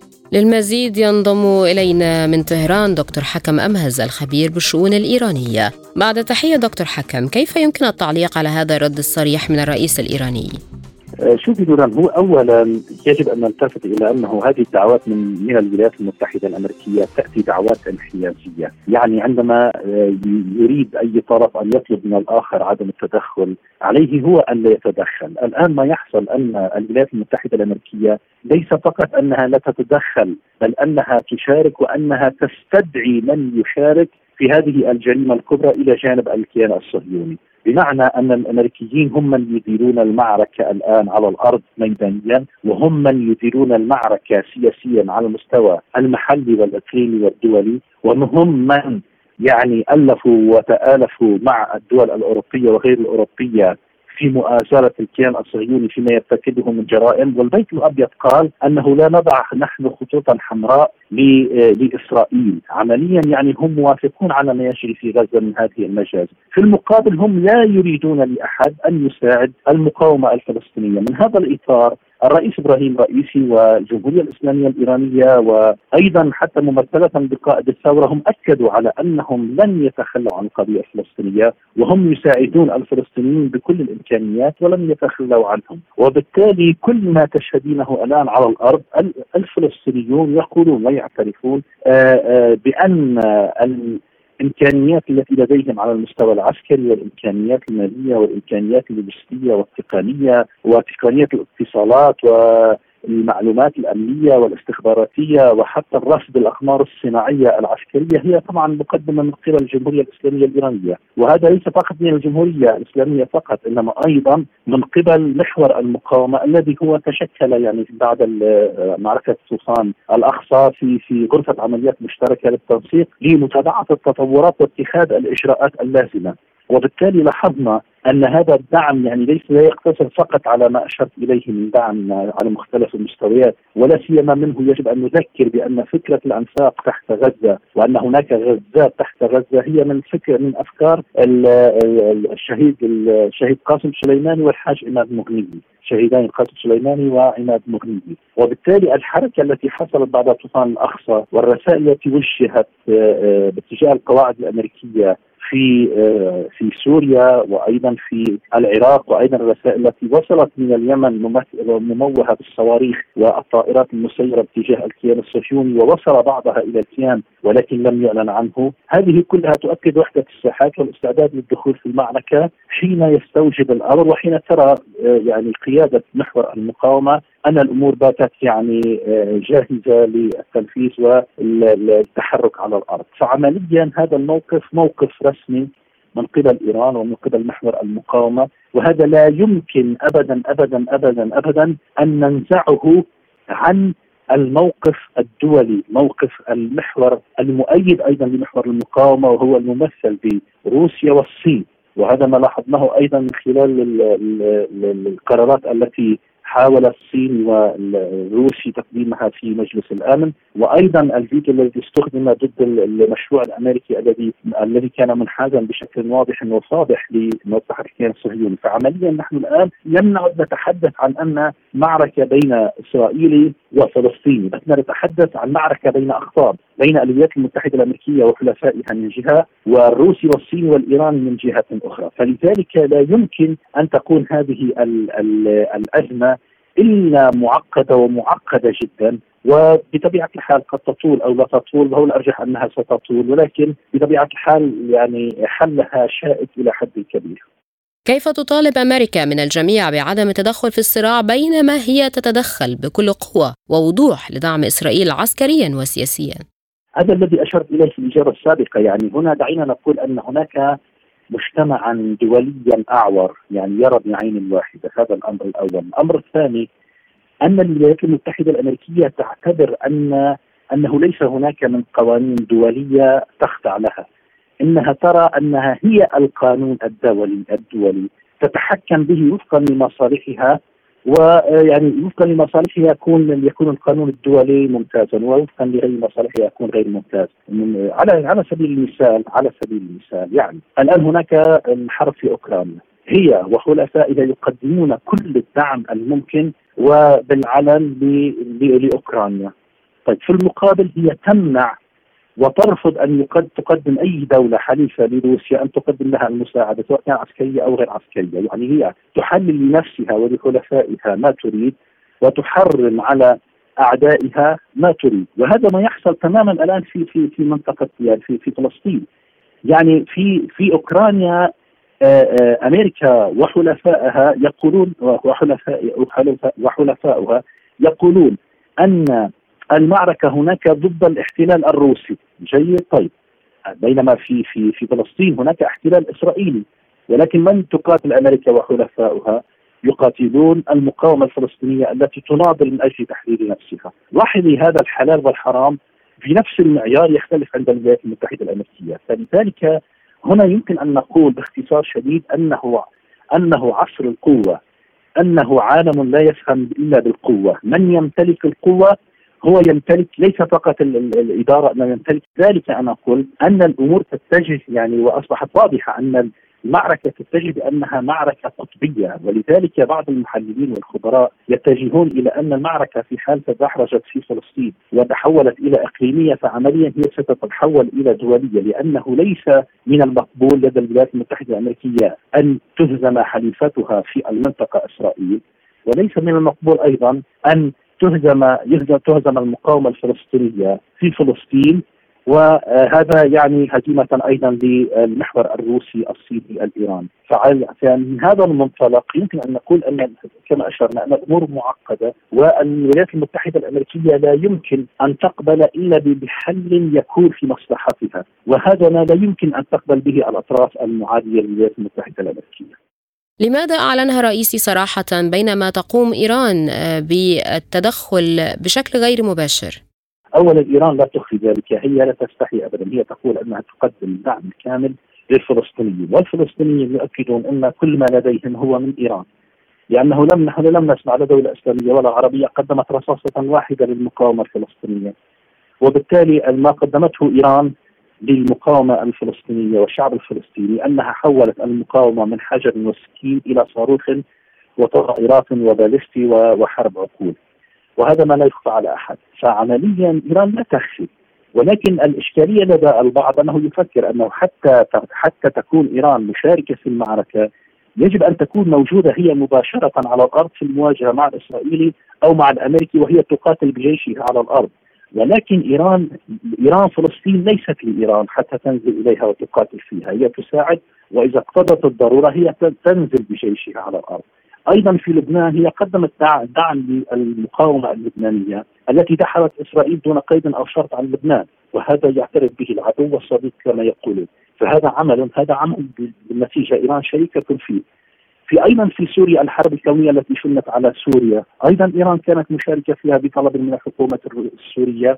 للمزيد ينضم إلينا من طهران دكتور حكم أمهز الخبير بالشؤون الإيرانية. بعد تحية دكتور حكم، كيف يمكن التعليق على هذا الرد الصريح من الرئيس الإيراني؟ شوفي نوران، هو أولا يجب أن نلتفت إلى أنه هذه الدعوات من الولايات المتحدة الأمريكية تأتي دعوات انحيازية. يعني عندما يريد أي طرف أن يطلب من الآخر عدم التدخل، عليه هو أن لا يتدخل. الآن ما يحصل أن الولايات المتحدة الأمريكية ليس فقط أنها لا تتدخل، بل أنها تشارك وأنها تستدعي من يشارك في هذه الجريمة الكبرى إلى جانب الكيان الصهيوني. بمعنى أن الأمريكيين هم من يديرون المعركة الآن على الأرض ميدانيا، وهم من يديرون المعركة سياسيا على المستوى المحلي والإقليمي والدولي، وهم من يعني ألفوا وتآلفوا مع الدول الأوروبية وغير الأوروبية في مؤازرة الكيان الصهيوني فيما يرتكبه من جرائم. والبيت الأبيض قال أنه لا نضع نحن خطوطا حمراء لإسرائيل. عمليا يعني هم موافقون على ما يجري في غزة من هذه المجازر. في المقابل هم لا يريدون لأحد أن يساعد المقاومة الفلسطينية. من هذا الإطار الرئيس إبراهيم رئيسي والجمهورية الإسلامية الإيرانية وأيضا حتى ممثلة بقائد الثورة هم أكدوا على أنهم لن يتخلوا عن القضية الفلسطينية، وهم يساعدون الفلسطينيين بكل الإمكانيات ولن يتخلوا عنهم. وبالتالي كل ما تشهدينه الآن على الأرض الفلسطينيون يقولون ويعترفون بأن الإمكانيات التي لديهم على المستوى العسكري والإمكانيات المالية والإمكانيات اللوجستية والتقنية وتقنية الاتصالات والمعلومات الأمنية والاستخباراتية وحتى الرصد الأقمار الصناعية العسكرية هي طبعا مقدمة من قبل الجمهورية الإسلامية الإيرانية. وهذا ليس فقط من الجمهورية الإسلامية فقط، إنما أيضا من قبل محور المقاومة الذي هو تشكل يعني بعد معركة طوفان الأقصى في غرفة عمليات مشتركة للتنسيق لمتابعة التطورات واتخاذ الإجراءات اللازمة. وبالتالي لاحظنا أن هذا الدعم يعني لا يقتصر فقط على ما أشرت إليه من دعم على مختلف المستويات، ولا سيما منه يجب أن نذكر بأن فكرة الأنفاق تحت غزة وأن هناك غزات تحت غزة هي من أفكار الشهيد قاسم سليماني والحاج عماد مغنيي، شهيدان قاسم سليماني وعماد مغنيي. وبالتالي الحركة التي حصلت بعد طوفان الأقصى والرسائل التي وجهت باتجاه القواعد الأمريكية في سوريا وأيضا في العراق، وأيضا الرسائل التي وصلت من اليمن مموهة بالصواريخ والطائرات المسيرة باتجاه الكيان الصهيوني ووصل بعضها إلى الكيان ولكن لم يعلن عنه، هذه كلها تؤكد وحدة الساحات والاستعداد للدخول في المعركة حين يستوجب الأمر وحين ترى يعني قيادة محور المقاومة أن الأمور باتت يعني جاهزة للتنفيذ والتحرك على الأرض. فعمليا هذا الموقف موقف رسمي من قبل إيران ومن قبل محور المقاومة، وهذا لا يمكن أبدا أبدا أبدا أبدا أن ننزعه عن الموقف الدولي، موقف المحور المؤيد أيضا لمحور المقاومة وهو الممثل بروسيا والصين. وهذا ما لاحظناه أيضا من خلال القرارات التي حاول الصين والروسي تقديمها في مجلس الامن، وايضا الفيتو الذي استخدم ضد المشروع الامريكي الذي كان منحازا بشكل واضح وصادح لمصلحه الكيان الصهيوني. فعمليا نحن الان لم نعد نتحدث عن ان معركه بين اسرائيلي وفلسطيني، بل نتحدث عن معركه بين اقطاب، بين الولايات المتحده الامريكيه وحلفائها من جهه، والروسي والصيني والايراني من جهه اخرى. فلذلك لا يمكن ان تكون هذه الازمه الا معقده ومعقده جدا، وبطبيعه الحال قد تطول او لا تطول، وهو الارجح انها ستطول، ولكن بطبيعه الحال يعني حلها شائك الى حد كبير. كيف تطالب أمريكا من الجميع بعدم التدخل في الصراع بينما هي تتدخل بكل قوة ووضوح لدعم إسرائيل عسكريا وسياسيا؟ هذا الذي أشرت إليه في الإجابة السابقة. يعني هنا دعينا نقول أن هناك مجتمعا دوليا أعور يعني يرى بعين الواحدة. هذا الأمر الأول. الأمر الثاني أن الولايات المتحدة الأمريكية تعتبر أنه ليس هناك من قوانين دولية تخضع لها، إنها ترى أنها هي القانون الدولي تتحكم به وفقا لمصالحها، ويعني وفقا لمصالحها يكون القانون الدولي ممتازا، ووفقا لغير مصالحها يكون غير ممتاز. على سبيل المثال يعني الآن هناك الحرب في أوكرانيا، هي وحلفائها يقدمون كل الدعم الممكن وبالعلن لأوكرانيا. طيب في المقابل هي تمنع وترفض أن تقدم أي دولة حليفة لروسيا أن تقدم لها المساعدة سواء كانت عسكرية أو غير عسكرية. يعني هي تحلل لنفسها ولحلفائها ما تريد وتحرم على أعدائها ما تريد، وهذا ما يحصل تماما الآن في منطقة يعني في فلسطين. يعني في أوكرانيا أمريكا وحلفائها يقولون وحلفاؤها يقولون أن المعركة هناك ضد الاحتلال الروسي. جيد. طيب بينما في فلسطين هناك احتلال إسرائيلي، ولكن من تقاتل أمريكا وحلفاؤها؟ يقاتلون المقاومة الفلسطينية التي تناضل من أجل تحرير نفسها. لاحظي هذا الحلال والحرام في نفس المعيار يختلف عند الولايات المتحدة الأمريكية. فلذلك هنا يمكن أن نقول باختصار شديد أنه عصر القوة، أنه عالم لا يفهم إلا بالقوة. من يمتلك القوة هو يمتلك ليس فقط الإدارة، أنه يمتلك. ذلك أنا أقول أن الأمور تتجه يعني وأصبحت واضحة أن المعركة تتجه بأنها معركة قطبية، ولذلك بعض المحللين والخبراء يتجهون إلى أن المعركة في حال تدحرجت في فلسطين وتحولت إلى إقليمية فعمليا هي ستتحول إلى دولية، لأنه ليس من المقبول لدى الولايات المتحدة الأمريكية أن تهزم حليفتها في المنطقة إسرائيل، وليس من المقبول أيضا أن تهزم المقاومة الفلسطينية في فلسطين، وهذا يعني هزيمة أيضا للمحور الروسي الصيني الإيراني. فمن هذا المنطلق يمكن أن نقول أن كما أشرنا أن الأمور معقدة، والولايات المتحدة الأمريكية لا يمكن أن تقبل إلا بحل يكون في مصلحتها، وهذا ما لا يمكن أن تقبل به الأطراف المعادية للولايات المتحدة الأمريكية. لماذا أعلنها رئيسي صراحة بينما تقوم إيران بالتدخل بشكل غير مباشر؟ أولا إيران لا تخفي ذلك، هي لا تستحي أبدا، هي تقول أنها تقدم دعم كامل للفلسطينيين، والفلسطينيين يؤكدون أن كل ما لديهم هو من إيران، لأنه نحن لم نسمع لدولة إسلامية ولا عربية قدمت رصاصة واحدة للمقاومة الفلسطينية، وبالتالي ما قدمته إيران للمقاومة الفلسطينية والشعب الفلسطيني أنها حولت المقاومة من حجر وسكين إلى صاروخ وطائرات وبالستي وحرب عقول، وهذا ما لا يخفى على أحد. فعمليا إيران لا تخفي، ولكن الإشكالية لدى البعض أنه يفكر أنه حتى تكون إيران مشاركة في المعركة يجب أن تكون موجودة هي مباشرة على الأرض في المواجهة مع الإسرائيلي أو مع الأمريكي، وهي تقاتل بجيشها على الأرض. ولكن إيران فلسطين ليست لإيران حتى تنزل إليها وتقاتل فيها، هي تساعد، وإذا اقتضت الضرورة هي تنزل بجيشها على الأرض. أيضا في لبنان هي قدمت دعم للمقاومة اللبنانية التي دحرت إسرائيل دون قيد أو شرط عن لبنان، وهذا يعترف به العدو والصديق كما يقولون. فهذا عمل بالنتيجة إيران شريكة فيه. أيضا في سوريا الحرب الكونية التي شنت على سوريا أيضا إيران كانت مشاركة فيها بطلب من الحكومة السورية،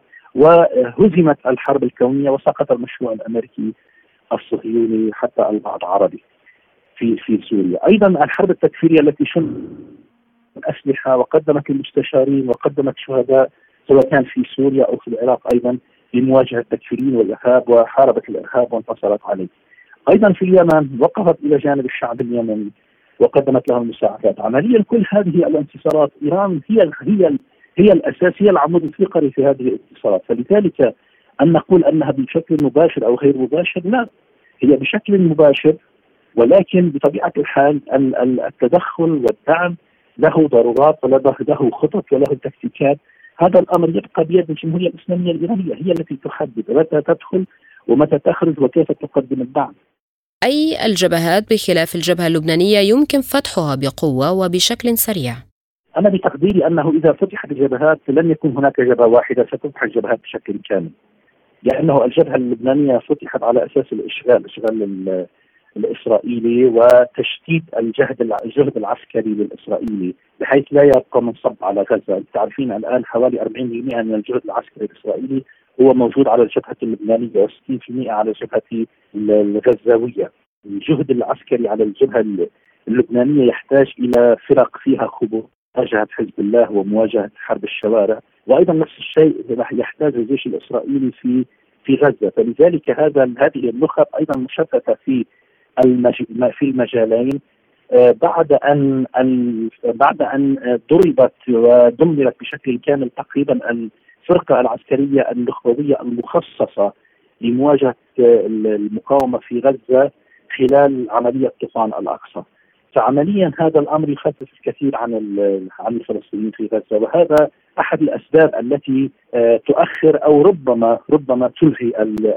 وهزمت الحرب الكونية وسقط المشروع الأمريكي الصهيوني حتى البعض عربي في سوريا. أيضا الحرب التكفيرية التي شنت أسلحة وقدمت المستشارين وقدمت شهداء سواء كان في سوريا أو في العراق أيضا لمواجهة التكفيرين والإرهاب، وحاربت الإرهاب وانتصرت عليه. أيضا في اليمن وقفت إلى جانب الشعب اليمني وقدمت له المساعدات. عمليا كل هذه الانتصارات إيران هي الأساس، هي العمود الفقري في هذه الانتصارات. فلذلك أن نقول أنها بشكل مباشر أو غير مباشر، لا، هي بشكل مباشر، ولكن بطبيعة الحال التدخل والدعم له ضرورات وله خطط وله تكتيكات. هذا الأمر يبقى بيد الجمهورية الإسلامية الإيرانية، هي التي تحدد متى تدخل ومتى تخرج وكيف تقدم الدعم. أي الجبهات بخلاف الجبهة اللبنانية يمكن فتحها بقوة وبشكل سريع؟ أنا بتقديري أنه إذا فتحت الجبهات لن يكون هناك جبهة واحدة، ستفتح الجبهات بشكل كامل، لأنه الجبهة اللبنانية فتحت على أساس الإشغال الإسرائيلي وتشتيت الجهد العسكري للإسرائيلي بحيث لا يبقى منصب على غزة. تعرفين الآن حوالي 40% من الجهد العسكري الإسرائيلي هو موجود على الجبهة اللبنانية و60% على الجبهة الغزاوية. الجهد العسكري على الجبهة اللبنانية يحتاج إلى فرق فيها خبرات مواجهة حزب الله ومواجهة حرب الشوارع، وأيضا نفس الشيء يحتاج الجيش الإسرائيلي في غزة. فلذلك هذه النخب أيضا مشتتة في المجالين بعد أن ضربت ودمرت بشكل كامل تقريبا الفرقة العسكرية النخبوية المخصصة لمواجهة المقاومة في غزة خلال عملية طوفان الأقصى. فعمليا هذا الأمر يخفف الكثير عن الفلسطينيين في غزة، وهذا أحد الأسباب التي تؤخر أو ربما تلغي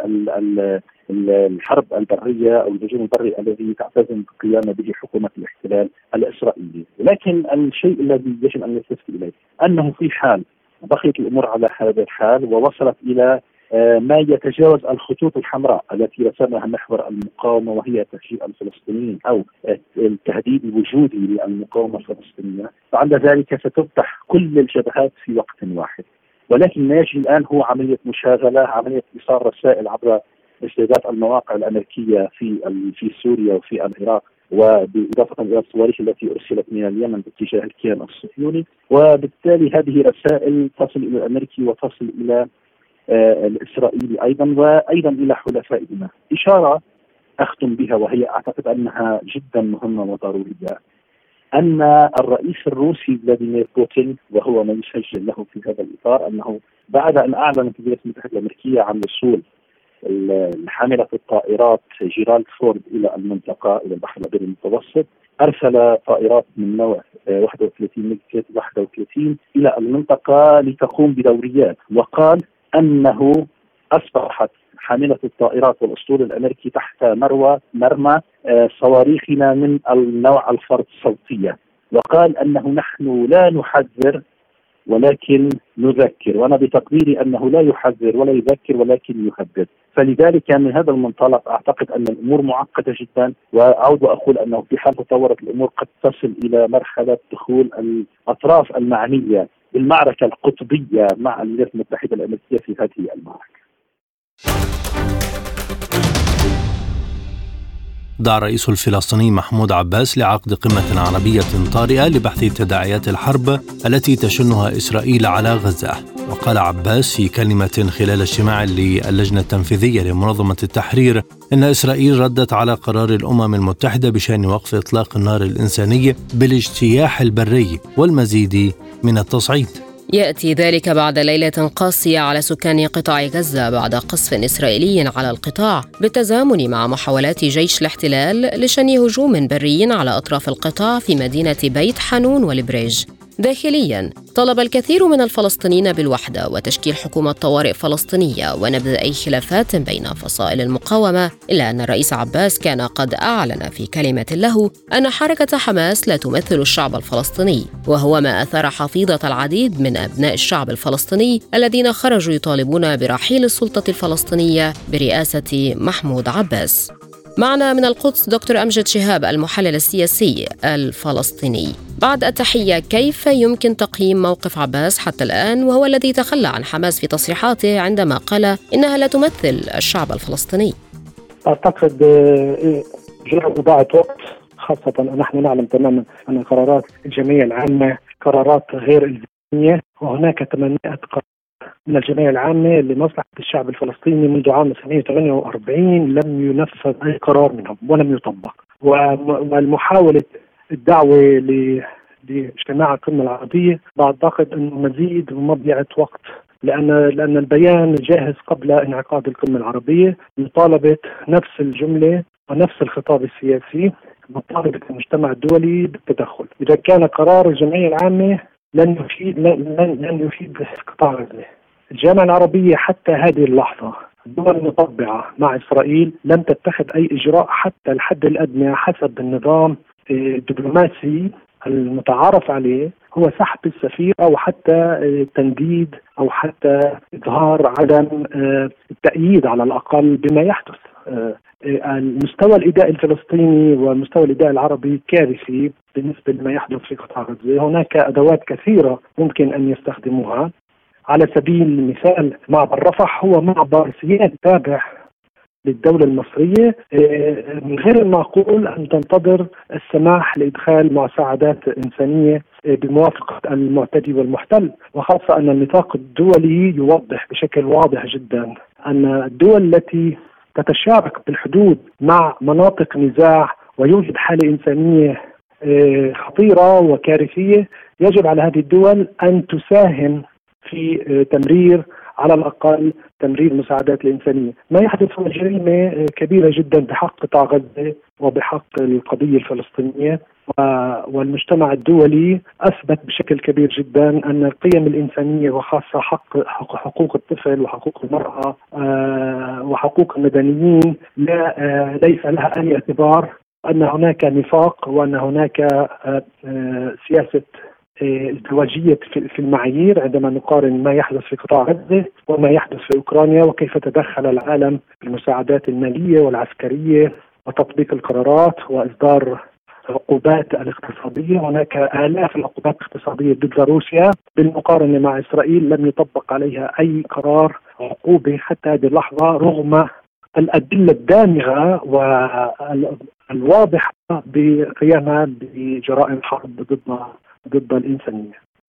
الحرب البرية أو الهجوم البري الذي تعتزم القيام به حكومة الاحتلال الإسرائيلي. لكن الشيء الذي يجب أن نلتفت إليه أنه في حال بقيت الأمور على هذا الحال ووصلت إلى ما يتجاوز الخطوط الحمراء التي رسمها محور المقاومة، وهي تهجير الفلسطينيين أو التهديد الوجودي للمقاومة الفلسطينية، فعند ذلك ستفتح كل الجبهات في وقت واحد. ولكن ما يجري الآن هو عملية مشاغلة، عملية إيصال رسائل عبر استهداف المواقع الأمريكية في سوريا وفي العراق، وبإضافة إلى الصواريخ التي أرسلت من اليمن باتجاه الكيان الصهيوني. وبالتالي هذه رسائل تصل إلى الأمريكي وتصل إلى الإسرائيلي أيضا وأيضا إلى حلفائنا. إشارة أختم بها وهي أعتقد أنها جدا مهمة وضرورية، أن الرئيس الروسي فلاديمير بوتين، وهو من يسجل له في هذا الإطار، أنه بعد أن أعلنت الولايات المتحدة الأمريكية عن وصول حاملة الطائرات جيرالد فورد إلى المنطقة، إلى البحر الأبيض المتوسط، أرسل طائرات من نوع 31 ميج 31 إلى المنطقة لتقوم بدوريات، وقال أنه أصبحت حاملة الطائرات والأسطول الأمريكي تحت مرمى صواريخنا من النوع الفرد صوتية، وقال أنه نحن لا نحذر ولكن نذكر، وأنا بتقديري أنه لا يحذر ولا يذكر ولكن يهدد. فلذلك من هذا المنطلق أعتقد أن الأمور معقدة جدا، وأعود وأقول أنه في حال تطورت الأمور قد تصل إلى مرحلة دخول الأطراف المعنية بالمعركة القطبية مع الولايات المتحدة الأمريكية في هذه المعركة. دعا الرئيس الفلسطيني محمود عباس لعقد قمة عربية طارئة لبحث تداعيات الحرب التي تشنها إسرائيل على غزة. وقال عباس في كلمة خلال اجتماع للجنة التنفيذية لمنظمة التحرير إن إسرائيل ردت على قرار الأمم المتحدة بشأن وقف إطلاق النار الإنساني بالاجتياح البري والمزيد من التصعيد. يأتي ذلك بعد ليلة قاسية على سكان قطاع غزة بعد قصف إسرائيلي على القطاع بالتزامن مع محاولات جيش الاحتلال لشن هجوم بري على أطراف القطاع في مدينة بيت حانون والبريج. داخلياً طلب الكثير من الفلسطينيين بالوحدة وتشكيل حكومة طوارئ فلسطينية ونبذ أي خلافات بين فصائل المقاومة، إلا أن الرئيس عباس كان قد أعلن في كلمة له أن حركة حماس لا تمثل الشعب الفلسطيني، وهو ما أثار حفيظة العديد من أبناء الشعب الفلسطيني الذين خرجوا يطالبون برحيل السلطة الفلسطينية برئاسة محمود عباس. معنا من القدس دكتور أمجد شهاب المحلل السياسي الفلسطيني. بعد التحية، كيف يمكن تقييم موقف عباس حتى الآن وهو الذي تخلى عن حماس في تصريحاته عندما قال إنها لا تمثل الشعب الفلسطيني؟ أعتقد جاء ضاعت وقت، خاصة نحن نعلم تماما أن قرارات الجمعية العامة قرارات غير إلزامية، وهناك 800 قرار من الجمعية العامة لمصلحة الشعب الفلسطيني منذ عام 1948 لم ينفذ أي قرار منهم ولم يطبق. والمحاولة الدعوة لاجتماع القمة العربية بعتقد أنه مزيد ومضيعة وقت، لأن البيان جاهز قبل انعقاد القمة العربية مطالبة نفس الجملة ونفس الخطاب السياسي، مطالبة المجتمع الدولي بالتدخل. إذا كان قرار الجمعية العامة لن يفيد قطاع غزة. الجامعة العربية حتى هذه اللحظة الدول المطبعة مع إسرائيل لم تتخذ أي إجراء حتى الحد الأدنى حسب النظام الدبلوماسي المتعارف عليه، هو سحب السفير أو حتى تنديد أو حتى إظهار عدم التأييد على الأقل بما يحدث. المستوى الإداء الفلسطيني والمستوى الإداء العربي كارثي بالنسبة لما يحدث في قطاع غزة. هناك أدوات كثيرة ممكن أن يستخدموها. على سبيل المثال معبر رفح هو معبر سيادي تابع للدولة المصرية، من غير المعقول أن تنتظر السماح لإدخال مساعدات إنسانية بموافقة المعتدي والمحتل، وخاصة أن النطاق الدولي يوضح بشكل واضح جدا أن الدول التي تتشارك بالحدود مع مناطق نزاع ويوجد حالة إنسانية خطيرة وكارثية يجب على هذه الدول أن تساهم في تمرير على الأقل تمرير المساعدات الإنسانية. ما يحدث هو جريمة كبيرة جدا بحق قطاع غزة وبحق القضية الفلسطينية، والمجتمع الدولي أثبت بشكل كبير جدا أن القيم الإنسانية وخاصة حقوق الطفل وحقوق المرأة وحقوق المدنيين ليس لها أي اعتبار، أن هناك نفاق وأن هناك سياسة ازدواجية في المعايير عندما نقارن ما يحدث في قطاع غزة وما يحدث في أوكرانيا، وكيف تدخل العالم بالمساعدات المالية والعسكرية وتطبيق القرارات وإصدار العقوبات الاقتصادية. هناك آلاف العقوبات الاقتصادية ضد روسيا بالمقارنة مع إسرائيل لم يطبق عليها أي قرار عقوبة حتى هذه اللحظة، رغم الأدلة الدامغة والواضحة بقيامها بجرائم حرب ضد الإنسانية.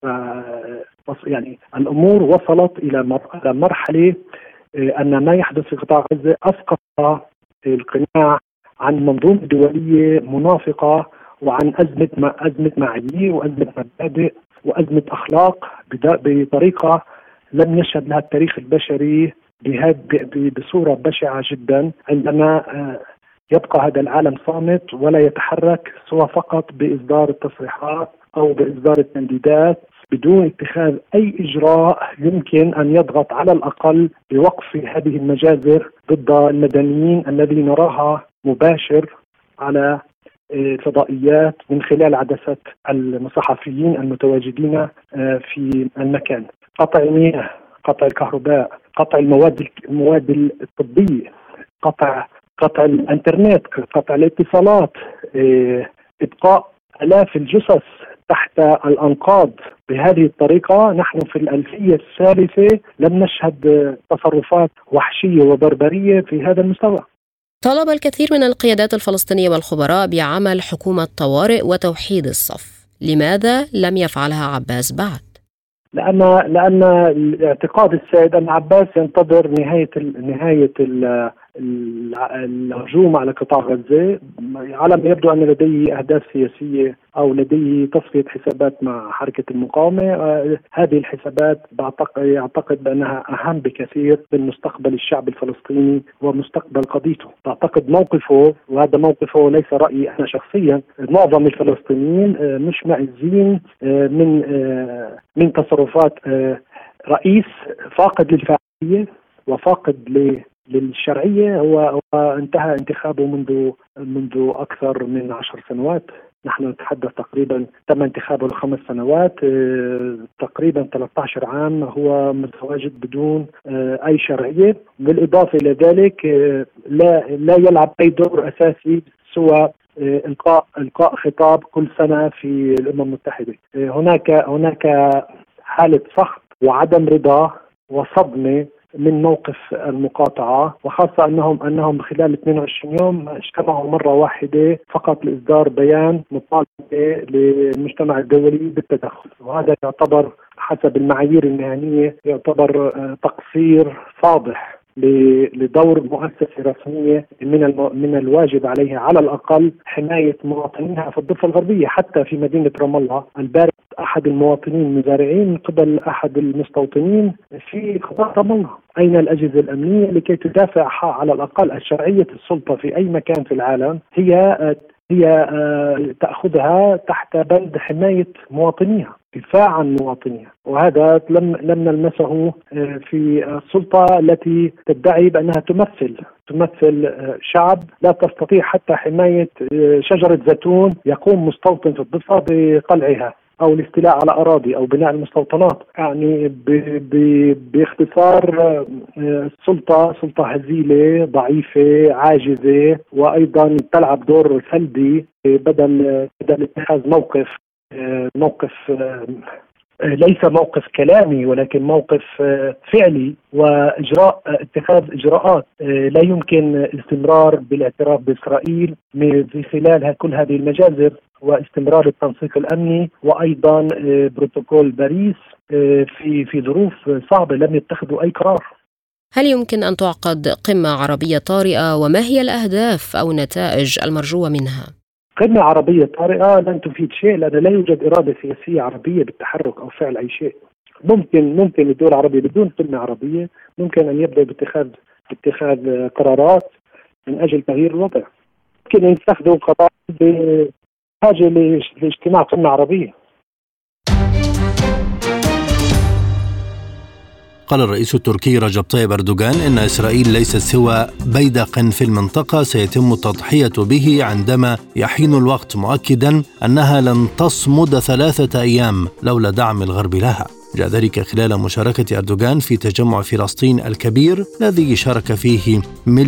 يعني الأمور وصلت إلى مرحلة أن ما يحدث في قطاع غزة أسقط القناع عن منظومة دولية منافقة وعن أزمة معايير وأزمة مبادئ وأزمة أخلاق بطريقة لم يشهد لها التاريخ البشري بصورة بشعة جدا، عندما يبقى هذا العالم صامت ولا يتحرك سوى فقط بإصدار التصريحات أو بإصدار التنديدات بدون اتخاذ أي إجراء يمكن أن يضغط على الأقل بوقف هذه المجازر ضد المدنيين الذي نراها مباشر على فضائيات من خلال عدسات الصحفيين المتواجدين في المكان. قطع المياه، قطع الكهرباء، قطع المواد الطبية، قطع الانترنت، قطع الاتصالات، ابقاء آلاف الجثث تحت الأنقاض بهذه الطريقة. نحن في الألفية الثالثة لم نشهد تصرفات وحشية وبربرية في هذا المستوى. طلب الكثير من القيادات الفلسطينية والخبراء بعمل حكومة طوارئ وتوحيد الصف. لماذا لم يفعلها عباس بعد؟ لأن الاعتقاد السائد أن عباس ينتظر نهاية الهجوم على قطاع غزة، على ما يبدو أن لديه أهداف سياسية أو لديه تصفية حسابات مع حركة المقاومة. هذه الحسابات يعتقد بأنها أهم بكثير من مستقبل الشعب الفلسطيني ومستقبل قضيته. أعتقد موقفه، وهذا موقفه ليس رأيي أنا شخصيا، معظم الفلسطينيين مش معزين من تصرفات رئيس فاقد للفاعلية وفاقد للشرعية. هو انتهى انتخابه منذ أكثر من 10 سنوات. نحن نتحدث تقريبا تم انتخابه ل5 سنوات، تقريبا 13 عام هو متواجد بدون أي شرعية. بالإضافة إلى ذلك لا يلعب أي دور أساسي سوى إلقاء خطاب كل سنة في الأمم المتحدة. هناك حالة سخط وعدم رضا وصدمة من موقف المقاطعة، وخاصة أنهم خلال 22 يوم اجتمعوا مرة واحدة فقط لإصدار بيان مطالبة للمجتمع الدولي بالتدخل، وهذا يعتبر حسب المعايير المهنية يعتبر تقصير فاضح لدور مؤسسة رسمية من الواجب عليها على الأقل حماية مواطنيها في الضفة الغربية. حتى في مدينة رام الله البارح أحد المواطنين المزارعين من قبل أحد المستوطنين في قضاء رام الله. أين الأجهزة الأمنية لكي تدافع على الأقل شرعية السلطة في أي مكان في العالم هي تأخذها تحت بند حماية مواطنيها، دفاع عن مواطنيها، وهذا لم نلمسه في السلطة التي تدعي بأنها تمثل شعب لا تستطيع حتى حماية شجرة زيتون يقوم مستوطن في الضفة بقلعها أو الاستيلاء على أراضي أو بناء المستوطنات. يعني باختصار سلطة هزيلة ضعيفة عاجزة، وأيضا تلعب دور سلبي بدل اتخاذ موقف ليس موقف كلامي ولكن موقف فعلي اتخاذ إجراءات. لا يمكن استمرار بالاعتراف بإسرائيل في خلال كل هذه المجازر، واستمرار التنسيق الأمني، وأيضا بروتوكول باريس في ظروف صعبة لم يتخذوا أي قرار. هل يمكن أن تعقد قمة عربية طارئة، وما هي الأهداف أو نتائج المرجوة منها؟ قمة عربية طارئة لن تفيد شيء، لأن لا يوجد إرادة سياسية عربية بالتحرك أو فعل أي شيء. ممكن الدول العربية بدون قمة عربية ممكن أن يبدأ باتخاذ قرارات من أجل تغيير الوضع. ممكن يستخدموا قرارات بحاجة لاجتماع قمة عربية. قال الرئيس التركي رجب طيب أردوغان إن إسرائيل ليست سوى بيدق في المنطقة سيتم التضحية به عندما يحين الوقت، مؤكدا أنها لن تصمد 3 أيام لولا دعم الغرب لها. جاء ذلك خلال مشاركة أردوغان في تجمع فلسطين الكبير الذي شارك فيه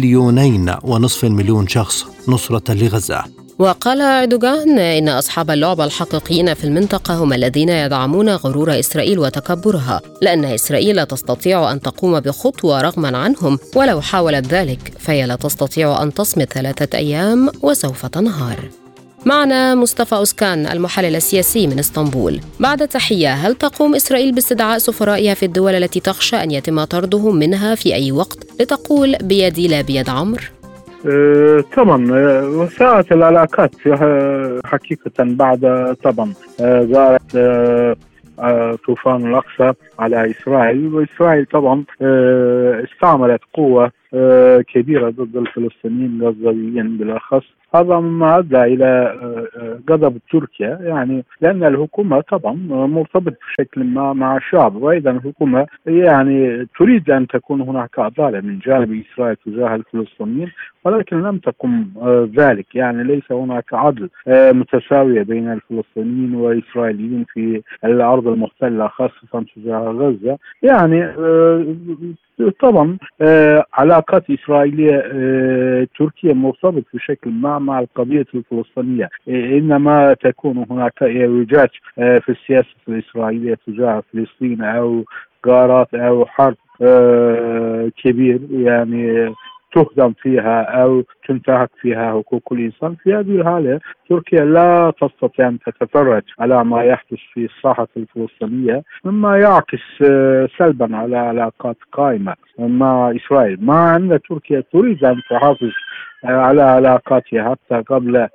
2.5 مليون شخص نصرة لغزة. وقال أردوغان إن أصحاب اللعبة الحقيقيين في المنطقة هم الذين يدعمون غرور إسرائيل وتكبرها، لأن إسرائيل لا تستطيع أن تقوم بخطوة رغما عنهم، ولو حاولت ذلك فهي لا تستطيع أن تصمد 3 أيام وسوف تنهار. معنا مصطفى أسكان المحلل السياسي من اسطنبول. بعد تحية، هل تقوم إسرائيل باستدعاء سفرائها في الدول التي تخشى أن يتم طردهم منها في أي وقت لتقول بيدي لا بيد عمرو؟ طبعا وساءة العلاقات حقيقة بعد طبعا ظهرت طوفان الأقصى على إسرائيل، وإسرائيل طبعا استعملت قوة كبيرة ضد الفلسطينيين الغزاويين بالأخص. هذا مما أدى إلى غضب تركيا، يعني لأن الحكومة طبعا مرتبطة بشكل ما مع الشعب، وأيضا الحكومة يعني تريد أن تكون هناك عدالة من جانب إسرائيل تجاه الفلسطينيين، ولكن لم تقم ذلك. يعني ليس هناك عدل متساوية بين الفلسطينيين والإسرائيليين في الأرض المحتلة خاصة تجاه غزة. يعني طبعا علاقات إسرائيلية تركيا مرتبطة بشكل ما مع القضية الفلسطينية، إنما تكون هناك إعوجاج في السياسة الإسرائيلية تجاه فلسطين أو غارات أو حرب كبير يعني تهدم فيها أو تنتهك فيها حقوق الإنسان. في هذه الحالة تركيا لا تستطيع أن تتفرج على ما يحدث في الساحة الفلسطينية، مما يعكس سلبا على علاقات قائمة مع إسرائيل، مع أن تركيا تريد أن تحافظ على علاقاتها. حتى قبل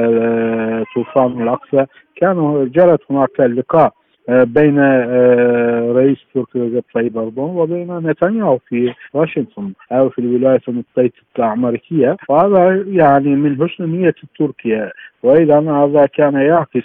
طوفان الأقصى جرت هناك لقاء بين رئيس تركيا رجب طيب أردوغان وبين نتنياهو في واشنطن أو في الولايات المتحدة الأمريكية، وهذا يعني من حسن نية تركيا، وأيضا هذا كان يعكس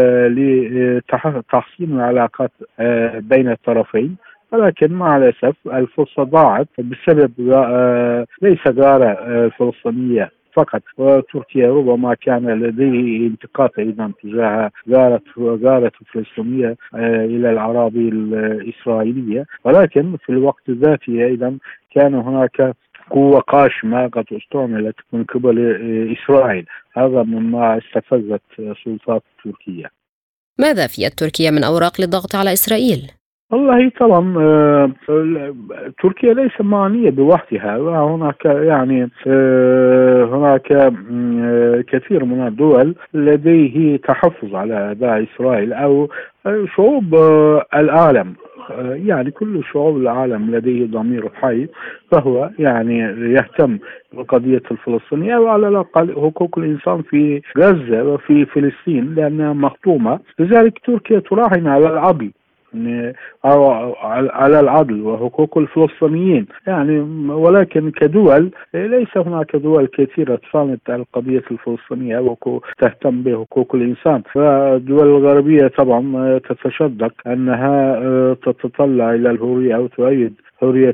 لتحسين العلاقات بين الطرفين. ولكن مع الأسف الفرصة ضاعت بسبب ليس غارة فلسطينية فقط، وتركيا ربما كان لديه انتقاد أيضا تجاه غارة فلسطينية إلى الأراضي الإسرائيلية، ولكن في الوقت ذاته أيضا كان هناك قوة قاشمة قد استعملت من قبل إسرائيل. هذا مما استفزت سلطات تركيا. ماذا في يد تركيا من أوراق للضغط على إسرائيل؟ والله طبعا تركيا ليس معنية بوحدها، وهناك يعني هناك كثير من الدول لديه تحفظ على أداء إسرائيل أو شعوب العالم. يعني كل شعوب العالم لديه ضمير حي، فهو يعني يهتم بقضية الفلسطينية أو على الأقل حقوق الإنسان في غزة وفي فلسطين لأنها مخطومة. لذلك تركيا تراهن على العدل أو على العدل وحقوق الفلسطينيين يعني، ولكن كدول ليس هناك دول كثيرة تصامت على القضية الفلسطينية وتهتم بحقوق الإنسان. فالدول الغربية طبعا تتشدق أنها تتطلع إلى الحرية أو تؤيد حرية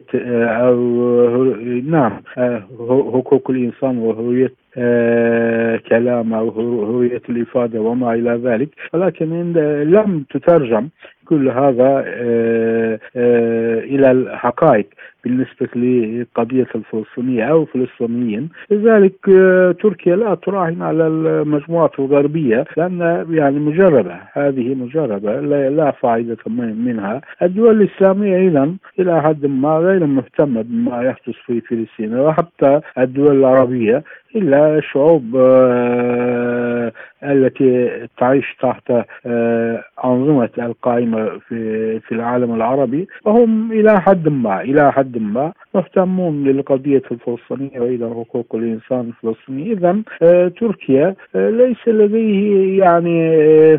حقوق الإنسان وحرية كلام أو حرية الإفادة وما إلى ذلك، ولكن لم تترجم كل هذا إلى الحقائق بالنسبة لقضية الفلسطينية أو فلسطينيين. لذلك تركيا لا تراهن على المجموعة الغربية لأن يعني مجربة، هذه مجربة لا فائدة منها. الدول الإسلامية أيضا إلى حد ما غير مهتمة بما يحدث في فلسطين، وحتى الدول العربية إلا الشعوب التي تعيش تحت أنظمة القائمة في العالم العربي، وهم إلى حد ما مهتمون للقضية الفلسطينية وإلى حقوق الإنسان الفلسطيني. إذن تركيا ليس لديه يعني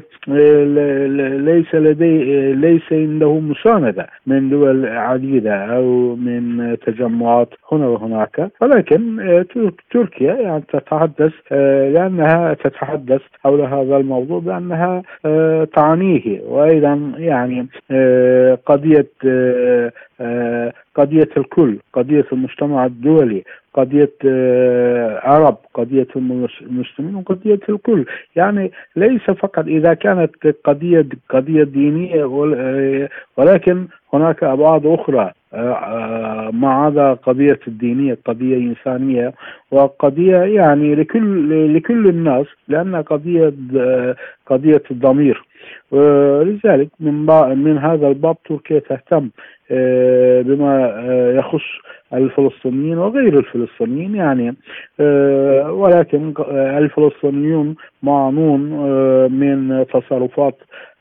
ليس عنده مساندة من دول عديدة أو من تجمعات هنا وهناك، ولكن تركيا يعني تتحدث لأنها تتحدث حول هذا الموضوع بأنها تعنيه. وأيضا يعني قضية الكل، قضية المجتمع الدولي، قضية عرب، قضية المسلمين وقضية الكل. يعني ليس فقط إذا كانت قضية دينية، ولكن هناك أبعاد أخرى مع هذا قضية الدينية، قضية إنسانية وقضية يعني لكل الناس، لأن قضية الضمير. ولذلك من هذا الباب تركيا تهتم بما يخص الفلسطينيين وغير الفلسطينيين يعني، ولكن الفلسطينيون معانون من تصرفات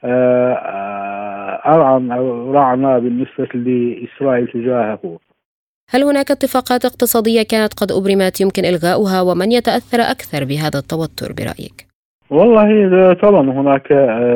رعنا بالنسبة لإسرائيل تجاهه. هل هناك اتفاقات اقتصادية كانت قد أبرمت يمكن إلغاؤها، ومن يتأثر أكثر بهذا التوتر برأيك؟ والله طبعا هناك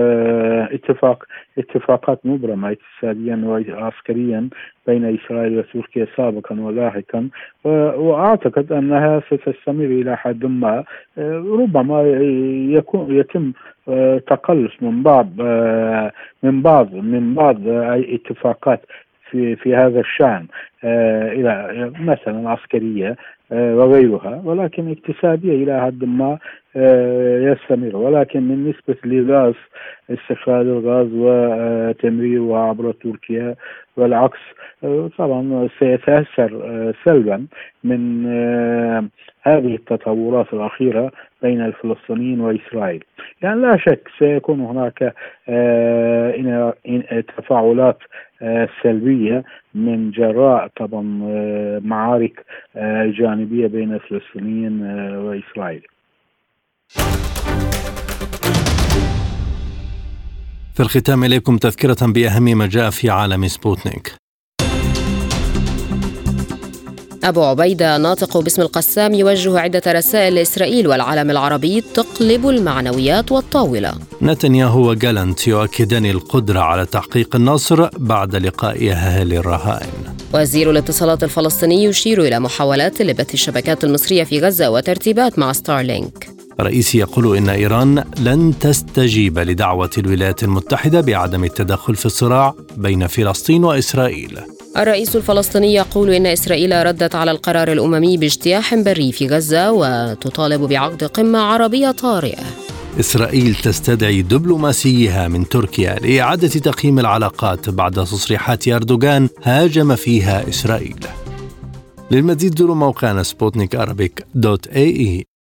اتفاقات مبرمة اقتصاديا وعسكريا بين إسرائيل وتركيا سابقا ولاحقا، وأعتقد أنها ستستمر إلى حد ما. ربما يتم تقلص من بعض اتفاقات في هذا الشأن إلى مثلا عسكرية وغيرها، ولكن اقتصادية إلى حد ما يستمر. ولكن بالنسبة للغاز، استخراج الغاز وتمريره عبر تركيا والعكس، طبعا سيتأثر سلبا من هذه التطورات الأخيرة بين الفلسطينيين وإسرائيل. يعني لا شك سيكون هناك تفاعلات سلبية من جراء طبعا معارك جانبية بين الفلسطينيين وإسرائيل. في الختام إليكم تذكرة بأهم ما جاء في عالم سبوتنيك. أبو عبيدة ناطق باسم القسام يوجه عدة رسائل لإسرائيل والعالم العربي تقلب المعنويات والطاولة. نتنياهو وجالنت يؤكدان القدرة على تحقيق النصر بعد لقاء أهالي الرهائن. وزير الاتصالات الفلسطيني يشير إلى محاولات لبث الشبكات المصرية في غزة وترتيبات مع ستارلينك. الرئيس يقول إن إيران لن تستجيب لدعوة الولايات المتحدة بعدم التدخل في الصراع بين فلسطين وإسرائيل. الرئيس الفلسطيني يقول إن إسرائيل ردت على القرار الأممي باجتياح بري في غزة وتطالب بعقد قمة عربية طارئة. إسرائيل تستدعي دبلوماسيها من تركيا لإعادة تقييم العلاقات بعد تصريحات أردوغان هاجم فيها إسرائيل. للمزيد زوروا موقعنا sputnikarabic.ae.